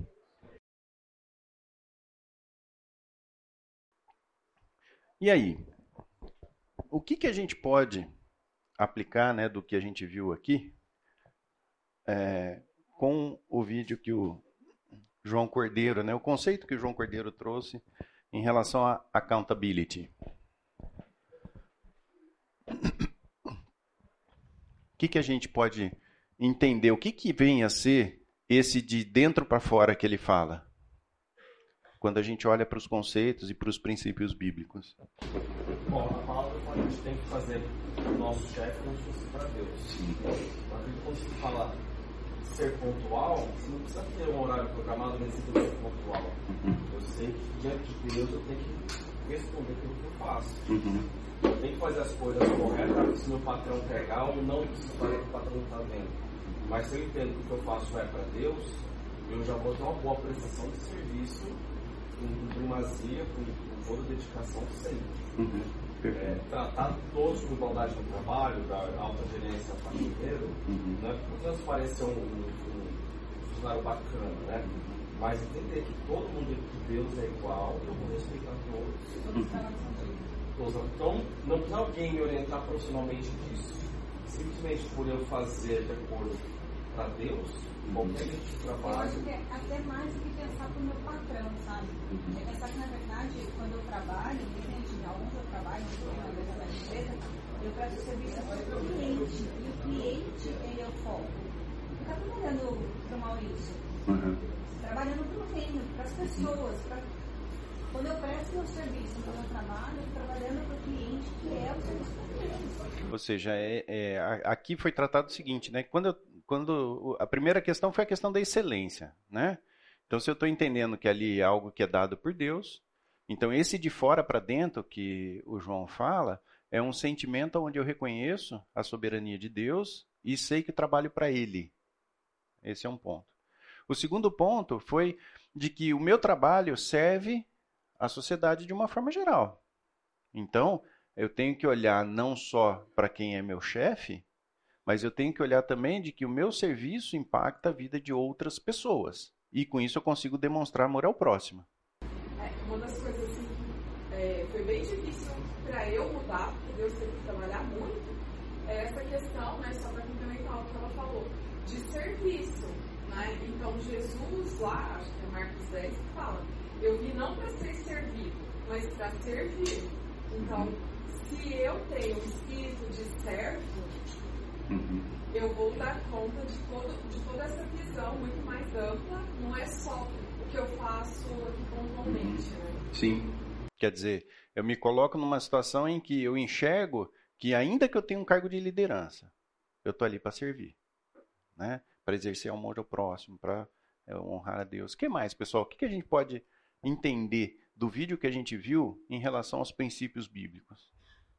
E aí? O que, que a gente pode aplicar, né, do que a gente viu aqui é, com o vídeo que o João Cordeiro, né, o conceito que o João Cordeiro trouxe em relação a accountability? O que, que a gente pode entender? O que, que vem a ser esse de dentro para fora que ele fala? Quando a gente olha para os conceitos e para os princípios bíblicos. Bom, a palavra fala que a gente tem que fazer o nosso chefe como se fosse para Deus. Sim. Mas quando se fala ser pontual, você não precisa ter um horário programado nesse tipo de ser pontual. Uhum. Eu sei que diante de Deus eu tenho que responder aquilo que eu faço. Uhum. Eu tenho que fazer as coisas corretas, se meu patrão pegar, eu não preciso fazer o que o patrão não está vendo. Mas se eu entendo que o que eu faço vai para Deus, eu já vou ter uma boa prestação de serviço, com primazia, com, com toda dedicação sempre. Uhum. É, tratar todos com igualdade no trabalho, da alta gerência ao faxineiro, uhum. Né? Não transparecer um, um, um funcionário bacana, né? Mas entender que todo mundo de Deus é igual, eu vou respeitar todos. Uhum. Então, não precisa alguém me orientar profissionalmente disso. Simplesmente por eu fazer de acordo para Deus, qualquer gente de trabalho. Eu acho que é até mais do que pensar para o meu patrão, sabe? Uhum. É pensar que, na verdade, quando eu trabalho, independente de onde eu trabalho, na verdade, da empresa, eu presto serviço para o cliente. E o cliente, ele é o foco. Não está trabalhando para o Maurício. Uhum. Trabalhando para o reino, para as pessoas, para... Quando eu presto meu serviço no meu trabalho, eu estou trabalhando para o cliente, que é o serviço para o cliente. Ou seja, é, é, aqui foi tratado o seguinte, né? Quando, eu, quando a primeira questão foi a questão da excelência, né? Então, se eu estou entendendo que ali é algo que é dado por Deus, então esse de fora para dentro que o João fala é um sentimento onde eu reconheço a soberania de Deus e sei que trabalho para Ele. Esse é um ponto. O segundo ponto foi de que o meu trabalho serve a sociedade de uma forma geral. Então, eu tenho que olhar não só para quem é meu chefe, mas eu tenho que olhar também de que o meu serviço impacta a vida de outras pessoas. e com isso eu consigo demonstrar amor ao próximo. É, uma das coisas assim, é, foi bem difícil para eu mudar, porque Deus teve que trabalhar muito, é essa questão, né, só para complementar o que ela falou, de serviço. Né? Então Jesus lá, acho que é Marcos dez, que fala, eu vim não para ser servido, mas para servir. Então, se eu tenho o espírito de servo, uhum. eu vou dar conta de, todo, de toda essa visão muito mais ampla, não é só o que eu faço aqui pontualmente. Né? Sim. Quer dizer, eu me coloco numa situação em que eu enxergo que ainda que eu tenha um cargo de liderança, eu estou ali para servir, né? Para exercer amor ao próximo, para honrar a Deus. O que mais, pessoal? O que a gente pode entender do vídeo que a gente viu em relação aos princípios bíblicos?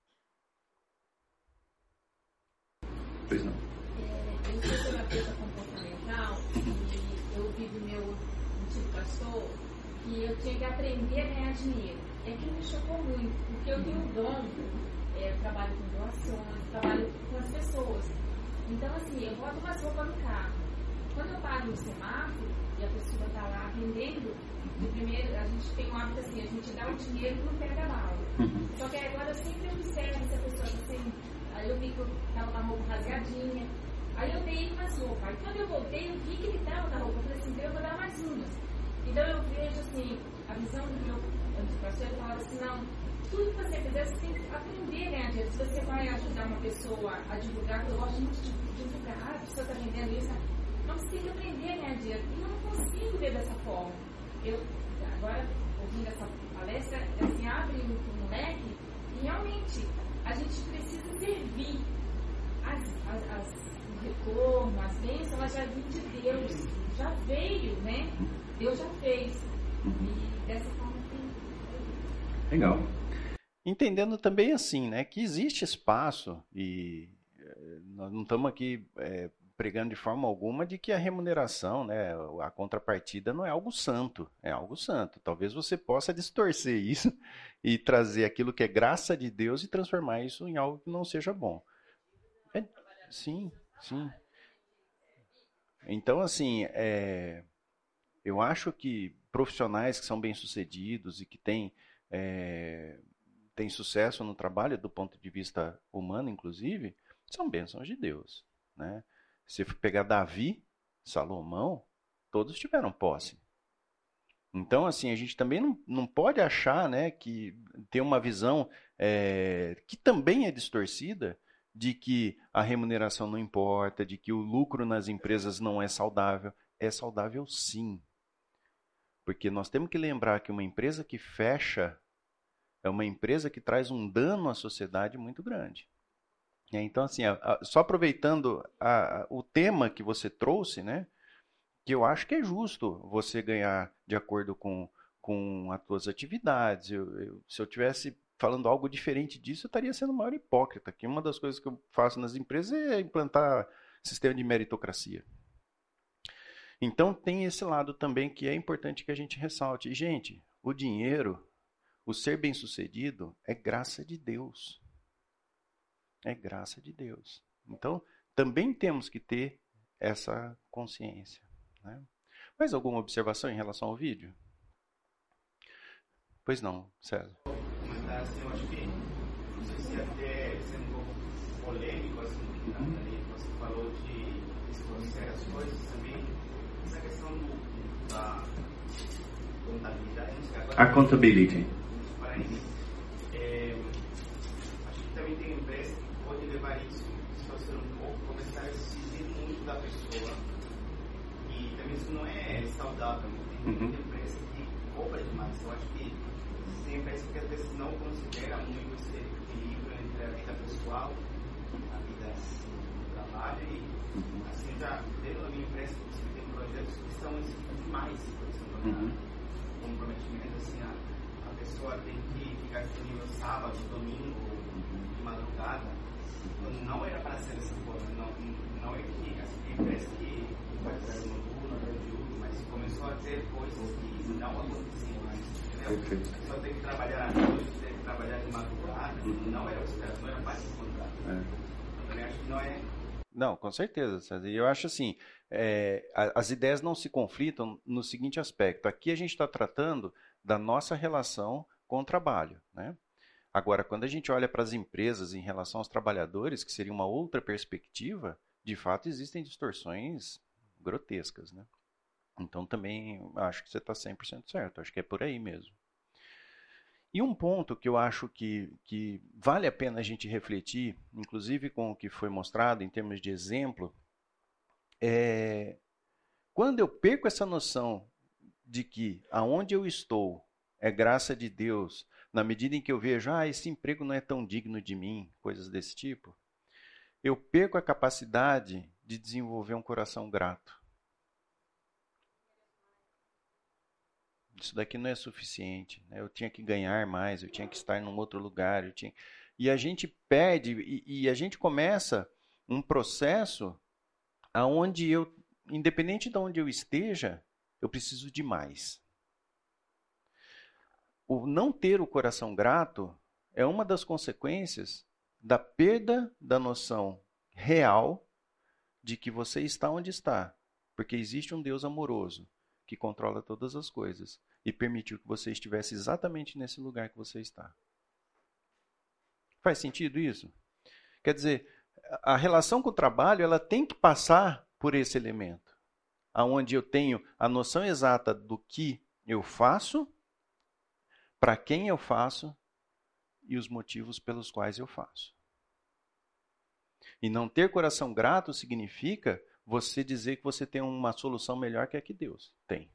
Pois não. É, eu sou terapeuta comportamental e eu ouvi do meu antigo pastor que eu tinha que aprender a ganhar dinheiro. É que me chocou muito, porque eu tenho um dom, é, eu trabalho com doações, trabalho com as pessoas. Então, assim, eu boto umas roupas no carro. Quando eu paro no semáforo e a pessoa está lá vendendo, de primeiro, a gente tem um hábito assim, a gente dá o dinheiro e não pega a bala. Uhum. Só que agora eu sempre observo se a pessoa está sem. Aí eu vi que eu estava com a roupa rasgadinha. Aí eu dei umas roupas. Aí quando eu voltei, eu vi que ele estava na roupa. Eu falei assim, eu vou dar mais umas. Então eu vejo assim, a visão do meu pastor, ele falava assim, não, tudo que você fizer, você tem que aprender a ganhar dinheiro. Se você vai ajudar uma pessoa a divulgar, que eu gosto muito de divulgar, a pessoa está vendendo isso, não, você tem que aprender a ganhar dinheiro. E eu não consigo ver dessa forma. Eu, agora, ouvindo essa palestra, assim, abre um, um leque e realmente a gente precisa servir. As, as, as, o retorno, as bênçãos, elas já vêm de Deus, já veio, né? Deus já fez. E dessa forma tem. Legal. Entendendo também assim, né, que existe espaço e nós não estamos aqui é, pregando de forma alguma de que a remuneração, né, a contrapartida não é algo santo, é algo santo. Talvez você possa distorcer isso e trazer aquilo que é graça de Deus e transformar isso em algo que não seja bom. É, sim, sim. Então, assim, é, eu acho que profissionais que são bem-sucedidos e que têm, é, têm sucesso no trabalho, do ponto de vista humano, inclusive, são bênçãos de Deus, né? Se pegar Davi, Salomão, todos tiveram posse. Então, assim, a gente também não, não pode achar, né, que ter uma visão é, que também é distorcida de que a remuneração não importa, de que o lucro nas empresas não é saudável. É saudável sim. Porque nós temos que lembrar que uma empresa que fecha é uma empresa que traz um dano à sociedade muito grande. Então, assim, a, a, só aproveitando a, a, o tema que você trouxe, né, que eu acho que é justo você ganhar de acordo com, com as suas atividades. Eu, eu, se eu tivesse falando algo diferente disso, eu estaria sendo o maior hipócrita. Que uma das coisas que eu faço nas empresas é implantar sistema de meritocracia. Então, tem esse lado também que é importante que a gente ressalte. E, gente, o dinheiro, o ser bem-sucedido, é graça de Deus. É graça de Deus. Então, também temos que ter essa consciência, né? Mais alguma observação em relação ao vídeo? Pois não, César. Comentar assim, eu acho que, não sei se até sendo um pouco polêmico, assim, uhum. Você falou de desconsiderar as coisas também, essa questão do, da contabilidade. Accountability. Para mim, é, acho que também tem empresa que pode levar isso, distorcer um pouco, começar a exigir muito da pessoa. E também isso não é saudável. Tem muita uhum. empresa que cobra demais. Eu acho que tem empresas que às vezes não considera muito esse equilíbrio entre a vida pessoal, a vida do trabalho. E assim, já dentro da minha empresa, você tem projetos que são demais, por exemplo, uhum. comprometimento, assim, a, a pessoa tem que ficar disponível sábado, domingo, de madrugada. Quando não era para ser dessa forma, não, não é que assim, a empresa que vai trazer uma turma, mas começou a ter coisas que não aconteciam antes, entendeu? A pessoa tem que trabalhar à noite, tem que trabalhar de madrugada, uhum. não era o esperado, não era mais o contrato. É. Eu também acho que não é. Não, com certeza, César. E eu acho assim, é, a- as ideias não se conflitam no seguinte aspecto. Aqui a gente está tratando da nossa relação com o trabalho, né? Agora, quando a gente olha para as empresas em relação aos trabalhadores, que seria uma outra perspectiva, de fato existem distorções grotescas, né? Então também acho que você está cem por cento certo, acho que é por aí mesmo. E um ponto que eu acho que, que vale a pena a gente refletir, inclusive com o que foi mostrado em termos de exemplo, é quando eu perco essa noção de que aonde eu estou é graça de Deus, na medida em que eu vejo, ah, esse emprego não é tão digno de mim, coisas desse tipo, eu perco a capacidade de desenvolver um coração grato. Isso daqui não é suficiente, né? Eu tinha que ganhar mais, eu tinha que estar num outro lugar, eu tinha... E a gente perde, e, e a gente começa um processo aonde eu, independente de onde eu esteja, eu preciso de mais. O não ter o coração grato é uma das consequências da perda da noção real de que você está onde está, porque existe um Deus amoroso que controla todas as coisas e permitiu que você estivesse exatamente nesse lugar que você está. Faz sentido isso? Quer dizer, a relação com o trabalho, ela tem que passar por esse elemento, aonde eu tenho a noção exata do que eu faço, para quem eu faço e os motivos pelos quais eu faço. E não ter coração grato significa você dizer que você tem uma solução melhor que a que Deus tem.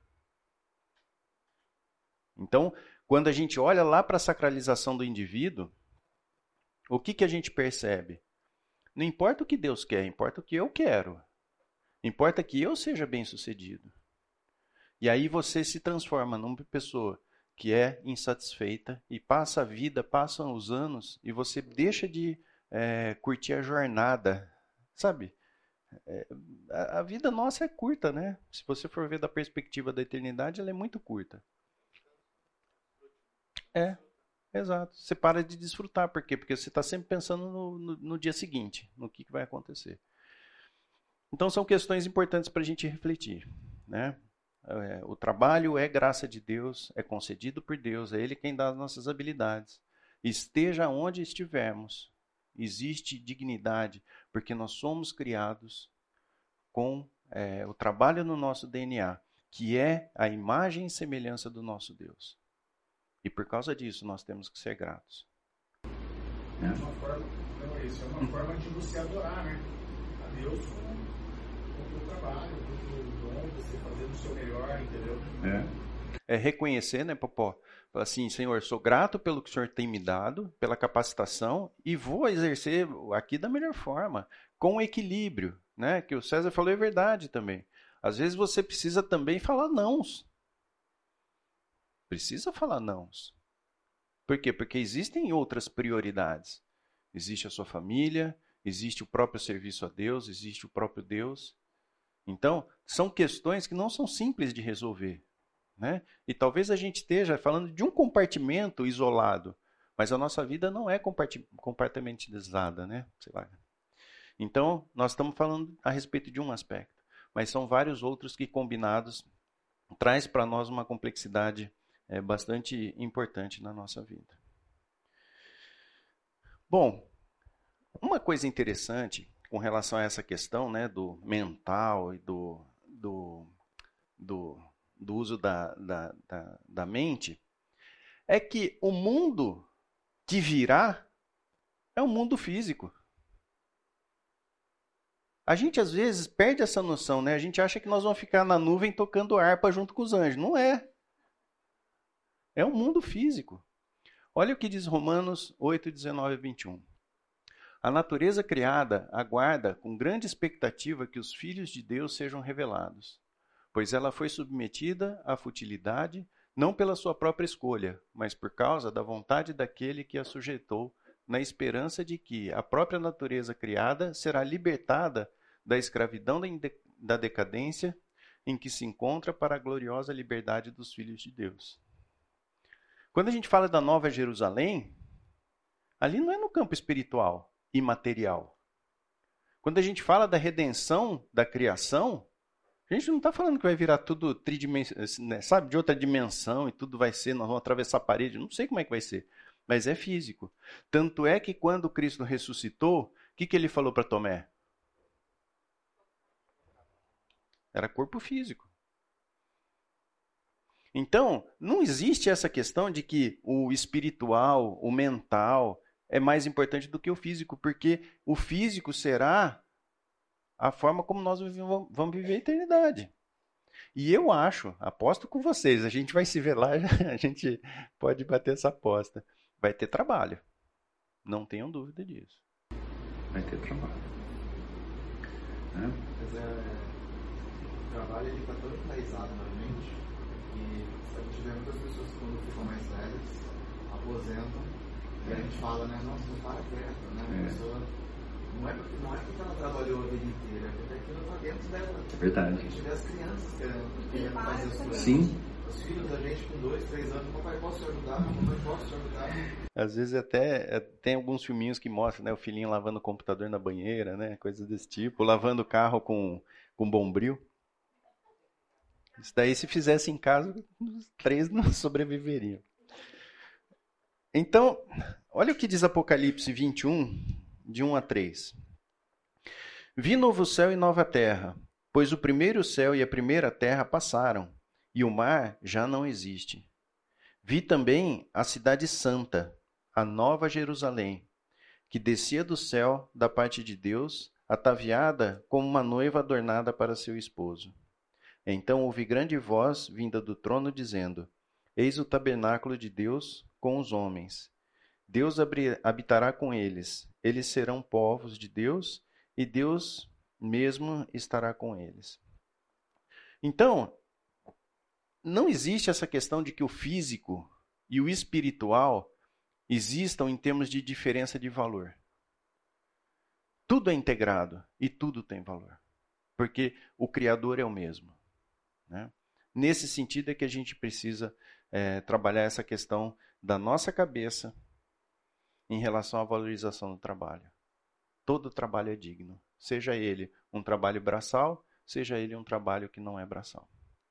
Então, quando a gente olha lá para a sacralização do indivíduo, o que, que a gente percebe? Não importa o que Deus quer, importa o que eu quero. Importa que eu seja bem-sucedido. E aí você se transforma numa pessoa que é insatisfeita e passa a vida, passam os anos e você deixa de é, curtir a jornada, sabe? É, a, a vida nossa é curta, né? Se você for ver da perspectiva da eternidade, ela é muito curta. É, exato. Você para de desfrutar. Por quê? Porque você está sempre pensando no, no, no dia seguinte, no que, que vai acontecer. Então são questões importantes para a gente refletir, né? É, o trabalho é graça de Deus, é concedido por Deus, é Ele quem dá as nossas habilidades. Esteja onde estivermos, existe dignidade, porque nós somos criados com é, o trabalho no nosso D N A, que é a imagem e semelhança do nosso Deus. E por causa disso nós temos que ser gratos. É uma forma, não é isso, é uma forma de você adorar, né? A Deus com, com o teu trabalho, com o teu dom, você fazendo o seu melhor, entendeu? É, é reconhecer, né, Popó? Assim, Senhor, sou grato pelo que o Senhor tem me dado, pela capacitação, e vou exercer aqui da melhor forma, com equilíbrio, né? Que o César falou é verdade também. Às vezes você precisa também falar nãos. Precisa falar nãos. Por quê? Porque existem outras prioridades. Existe a sua família, existe o próprio serviço a Deus, existe o próprio Deus. Então, são questões que não são simples de resolver, né? E talvez a gente esteja falando de um compartimento isolado, mas a nossa vida não é compartimentalizada, né? Sei lá. Então, nós estamos falando a respeito de um aspecto, mas são vários outros que, combinados, traz para nós uma complexidade é, bastante importante na nossa vida. Bom, uma coisa interessante com relação a essa questão, né, do mental e do, do, do, do uso da, da, da, da mente, é que o mundo que virá é o mundo físico. A gente às vezes perde essa noção, né? A gente acha que nós vamos ficar na nuvem tocando harpa junto com os anjos. Não é. É um mundo físico. Olha o que diz Romanos oito, dezenove a vinte e um. A natureza criada aguarda com grande expectativa que os filhos de Deus sejam revelados, pois ela foi submetida à futilidade, não pela sua própria escolha, mas por causa da vontade daquele que a sujeitou, na esperança de que a própria natureza criada será libertada da escravidão da decadência em que se encontra para a gloriosa liberdade dos filhos de Deus. Quando a gente fala da Nova Jerusalém, ali não é no campo espiritual, imaterial. Quando a gente fala da redenção da criação, a gente não está falando que vai virar tudo tridimensional, né, sabe, de outra dimensão e tudo vai ser, nós vamos atravessar a parede, não sei como é que vai ser, mas é físico. Tanto é que quando Cristo ressuscitou, o que, que ele falou para Tomé? Era corpo físico. Então, não existe essa questão de que o espiritual, o mental, é mais importante do que o físico, porque o físico será a forma como nós vamos viver a eternidade. E eu acho, aposto com vocês, a gente vai se ver lá, a gente pode bater essa aposta. Vai ter trabalho. Não tenham dúvida disso. Vai ter trabalho. É? Mas é, o trabalho está tão enraizado na mente que a gente vê muitas pessoas que quando ficam mais velhas, aposentam, e a gente fala, né, nossa, não para quieto, né? A pessoa, não é porque, não é porque ela trabalhou a vida inteira, é porque aquilo está dentro dela. É verdade. A gente vê as crianças querendo, querendo fazer as coisas. Sim. Os filhos da gente com dois, três anos, papai, posso te ajudar? Mamãe, posso te ajudar? Às vezes até tem alguns filminhos que mostram, né, o filhinho lavando o computador na banheira, né, coisas desse tipo, lavando o carro com, com bombril. Isso daí, se fizesse em casa, os três não sobreviveriam. Então, olha o que diz Apocalipse vinte e um, de um a três. Vi novo céu e nova terra, pois o primeiro céu e a primeira terra passaram, e o mar já não existe. Vi também a cidade santa, a nova Jerusalém, que descia do céu da parte de Deus, ataviada como uma noiva adornada para seu esposo. Então ouvi grande voz vinda do trono dizendo: Eis o tabernáculo de Deus com os homens. Deus habitará com eles. Eles serão povos de Deus e Deus mesmo estará com eles. Então, não existe essa questão de que o físico e o espiritual existam em termos de diferença de valor. Tudo é integrado e tudo tem valor, porque o Criador é o mesmo. Né? Nesse sentido é que a gente precisa é, trabalhar essa questão da nossa cabeça em relação à valorização do trabalho. Todo trabalho é digno, seja ele um trabalho braçal, seja ele um trabalho que não é braçal.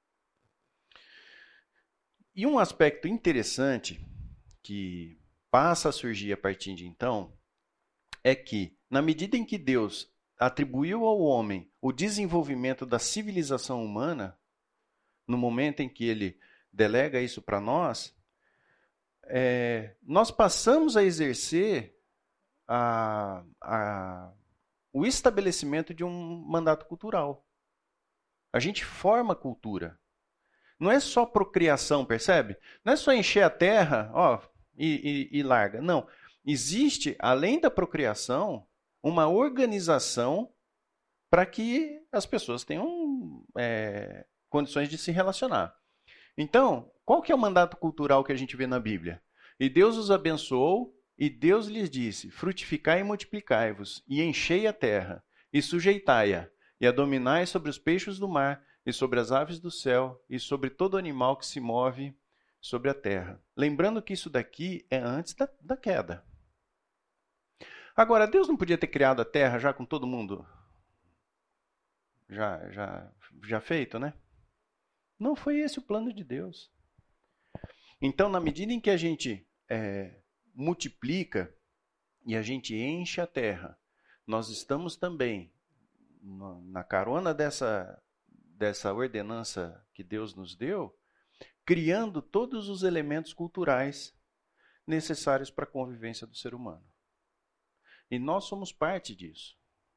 E um aspecto interessante que passa a surgir a partir de então é que, na medida em que Deus atribuiu ao homem o desenvolvimento da civilização humana, no momento em que ele delega isso para nós, é, nós passamos a exercer a, a, o estabelecimento de um mandato cultural. A gente forma cultura. Não é só procriação, percebe? Não é só encher a terra ó, e, e, e larga. Não. Existe, além da procriação, uma organização para que as pessoas tenham é, condições de se relacionar. Então, qual que é o mandato cultural que a gente vê na Bíblia? E Deus os abençoou, e Deus lhes disse: frutificai e multiplicai-vos, e enchei a terra, e sujeitai-a, e a dominai sobre os peixes do mar, e sobre as aves do céu, e sobre todo animal que se move sobre a terra. Lembrando que isso daqui é antes da, da queda. Agora, Deus não podia ter criado a terra já com todo mundo já, já, já feito, né? Não foi esse o plano de Deus. Então, na medida em que a gente é, multiplica e a gente enche a terra, nós estamos também na, na carona dessa, dessa ordenança que Deus nos deu, criando todos os elementos culturais necessários para a convivência do ser humano. E nós somos parte disso.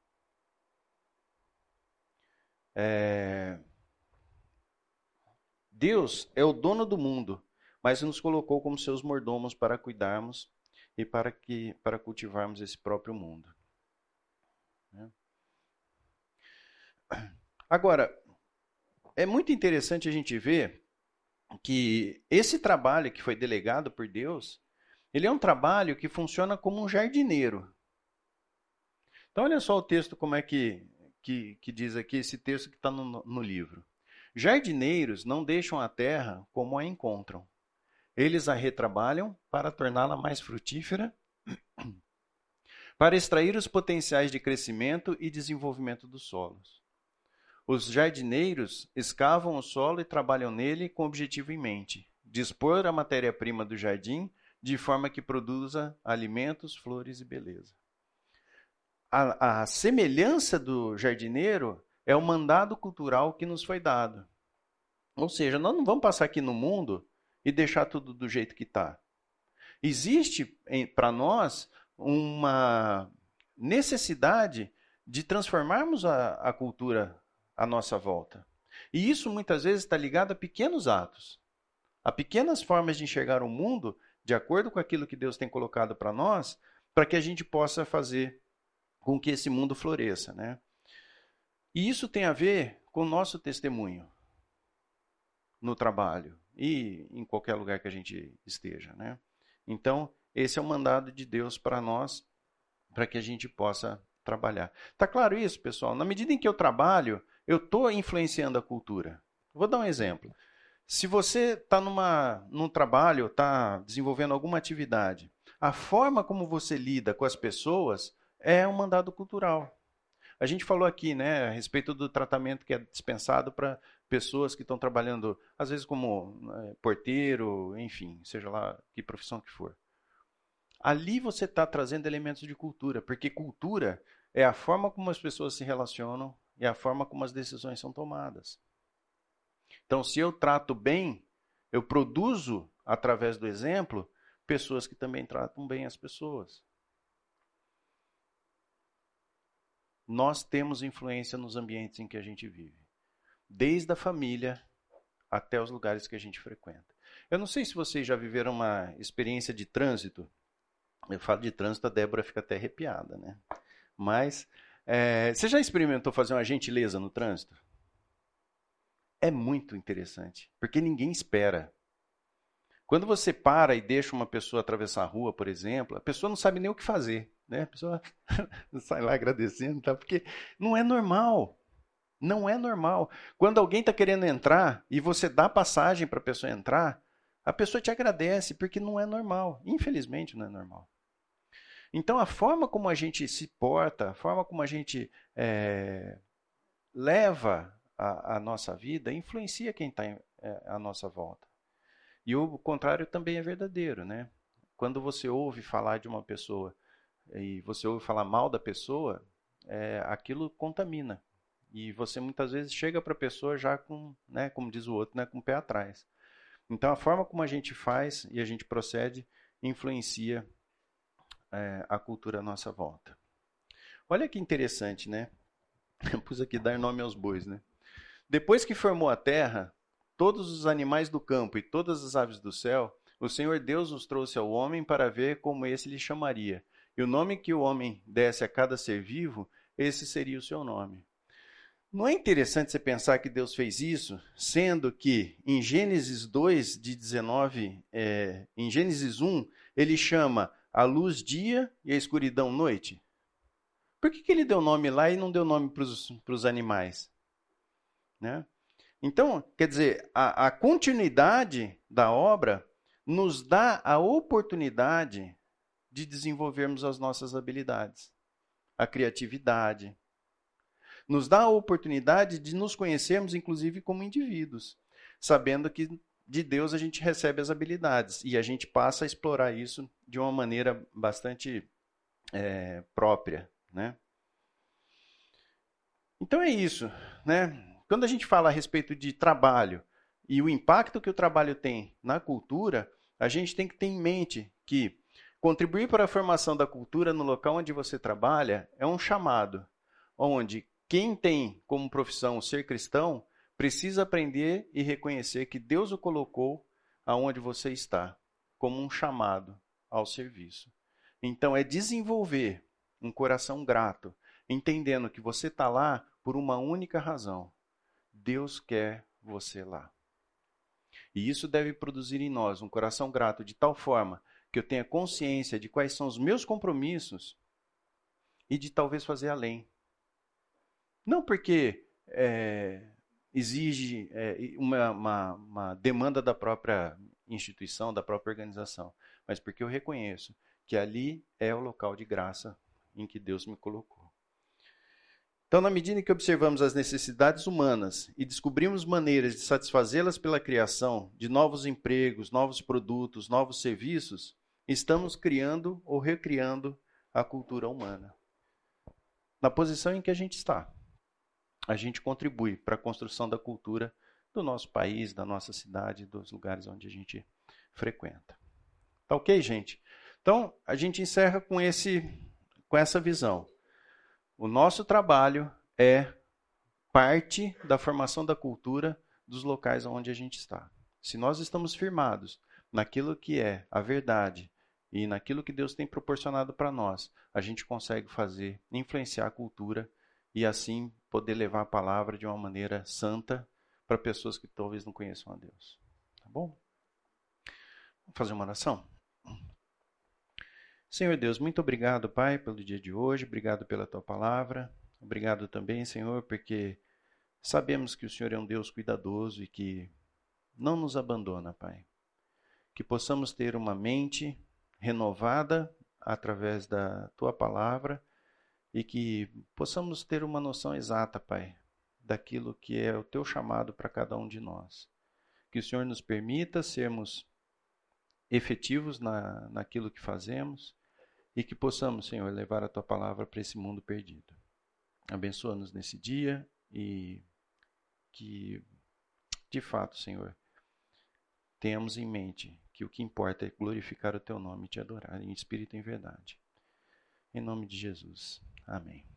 É... Deus é o dono do mundo, mas nos colocou como seus mordomos para cuidarmos e para, que, para cultivarmos esse próprio mundo. Agora, é muito interessante a gente ver que esse trabalho que foi delegado por Deus, ele é um trabalho que funciona como um jardineiro. Então, olha só o texto, como é que, que, que diz aqui, esse texto que está no, no livro. Jardineiros não deixam a terra como a encontram. Eles a retrabalham para torná-la mais frutífera, para extrair os potenciais de crescimento e desenvolvimento dos solos. Os jardineiros escavam o solo e trabalham nele com o objetivo em mente: dispor a matéria-prima do jardim de forma que produza alimentos, flores e beleza. A, a semelhança do jardineiro é o mandado cultural que nos foi dado. Ou seja, nós não vamos passar aqui no mundo e deixar tudo do jeito que está. Existe para nós uma necessidade de transformarmos a, a cultura à nossa volta. E isso muitas vezes está ligado a pequenos atos, a pequenas formas de enxergar o mundo de acordo com aquilo que Deus tem colocado para nós, para que a gente possa fazer com que esse mundo floresça, né? E isso tem a ver com o nosso testemunho no trabalho e em qualquer lugar que a gente esteja, né? Então, esse é o mandado de Deus para nós, para que a gente possa trabalhar. Tá claro isso, pessoal? Na medida em que eu trabalho, eu estou influenciando a cultura. Vou dar um exemplo. Se você está num trabalho, está desenvolvendo alguma atividade, a forma como você lida com as pessoas é um mandado cultural. A gente falou aqui, né, a respeito do tratamento que é dispensado para pessoas que estão trabalhando, às vezes como é, porteiro, enfim, seja lá que profissão que for. Ali você está trazendo elementos de cultura, porque cultura é a forma como as pessoas se relacionam e a forma como as decisões são tomadas. Então, se eu trato bem, eu produzo, através do exemplo, pessoas que também tratam bem as pessoas. Nós temos influência nos ambientes em que a gente vive. Desde a família até os lugares que a gente frequenta. Eu não sei se vocês já viveram uma experiência de trânsito. Eu falo de trânsito, a Débora fica até arrepiada, né? Mas, é, você já experimentou fazer uma gentileza no trânsito? É muito interessante, porque ninguém espera. Quando você para e deixa uma pessoa atravessar a rua, por exemplo, a pessoa não sabe nem o que fazer, né? A pessoa sai lá agradecendo, tá? Porque não é normal. Não é normal. Quando alguém está querendo entrar e você dá passagem para a pessoa entrar, a pessoa te agradece, porque não é normal. Infelizmente, não é normal. Então, a forma como a gente se porta, a forma como a gente é, leva a, a nossa vida, influencia quem está é, à nossa volta. E o contrário também é verdadeiro, né? Quando você ouve falar de uma pessoa e você ouve falar mal da pessoa, é, aquilo contamina. E você muitas vezes chega para a pessoa já com, né, como diz o outro, né, com o pé atrás. Então, a forma como a gente faz e a gente procede influencia é, a cultura à nossa volta. Olha que interessante, né? Eu pus aqui dar nome aos bois, né? Depois que formou a terra, todos os animais do campo e todas as aves do céu, o Senhor Deus os trouxe ao homem para ver como esse lhe chamaria. E o nome que o homem desse a cada ser vivo, esse seria o seu nome. Não é interessante você pensar que Deus fez isso, sendo que em Gênesis dois, de dezenove, é, em Gênesis um, ele chama a luz dia e a escuridão noite? Por que, que ele deu nome lá e não deu nome para os animais? Né? Então, quer dizer, a, a continuidade da obra nos dá a oportunidade de desenvolvermos as nossas habilidades, a criatividade. Nos dá a oportunidade de nos conhecermos, inclusive, como indivíduos, sabendo que de Deus a gente recebe as habilidades e a gente passa a explorar isso de uma maneira bastante é, própria, né? Então é isso, né? Quando a gente fala a respeito de trabalho e o impacto que o trabalho tem na cultura, a gente tem que ter em mente que contribuir para a formação da cultura no local onde você trabalha é um chamado, onde quem tem como profissão ser cristão precisa aprender e reconhecer que Deus o colocou aonde você está, como um chamado ao serviço. Então é desenvolver um coração grato, entendendo que você está lá por uma única razão. Deus quer você lá. E isso deve produzir em nós um coração grato de tal forma que eu tenha consciência de quais são os meus compromissos e de talvez fazer além. Não porque é, exige é, uma, uma, uma demanda da própria instituição, da própria organização, mas porque eu reconheço que ali é o local de graça em que Deus me colocou. Então, na medida em que observamos as necessidades humanas e descobrimos maneiras de satisfazê-las pela criação de novos empregos, novos produtos, novos serviços, estamos criando ou recriando a cultura humana. Na posição em que a gente está, a gente contribui para a construção da cultura do nosso país, da nossa cidade, dos lugares onde a gente frequenta. Tá ok, gente? Então, a gente encerra com, esse, com essa visão. O nosso trabalho é parte da formação da cultura dos locais onde a gente está. Se nós estamos firmados naquilo que é a verdade e naquilo que Deus tem proporcionado para nós, a gente consegue fazer, influenciar a cultura e assim poder levar a palavra de uma maneira santa para pessoas que talvez não conheçam a Deus. Tá bom? Vamos fazer uma oração? Senhor Deus, muito obrigado, Pai, pelo dia de hoje, obrigado pela Tua palavra, obrigado também, Senhor, porque sabemos que o Senhor é um Deus cuidadoso e que não nos abandona, Pai. Que possamos ter uma mente renovada através da Tua palavra e que possamos ter uma noção exata, Pai, daquilo que é o Teu chamado para cada um de nós. Que o Senhor nos permita sermos efetivos na, naquilo que fazemos e que possamos, Senhor, levar a Tua palavra para esse mundo perdido. Abençoa-nos nesse dia e que, de fato, Senhor, tenhamos em mente que o que importa é glorificar o Teu nome e Te adorar em espírito e em verdade. Em nome de Jesus. Amém.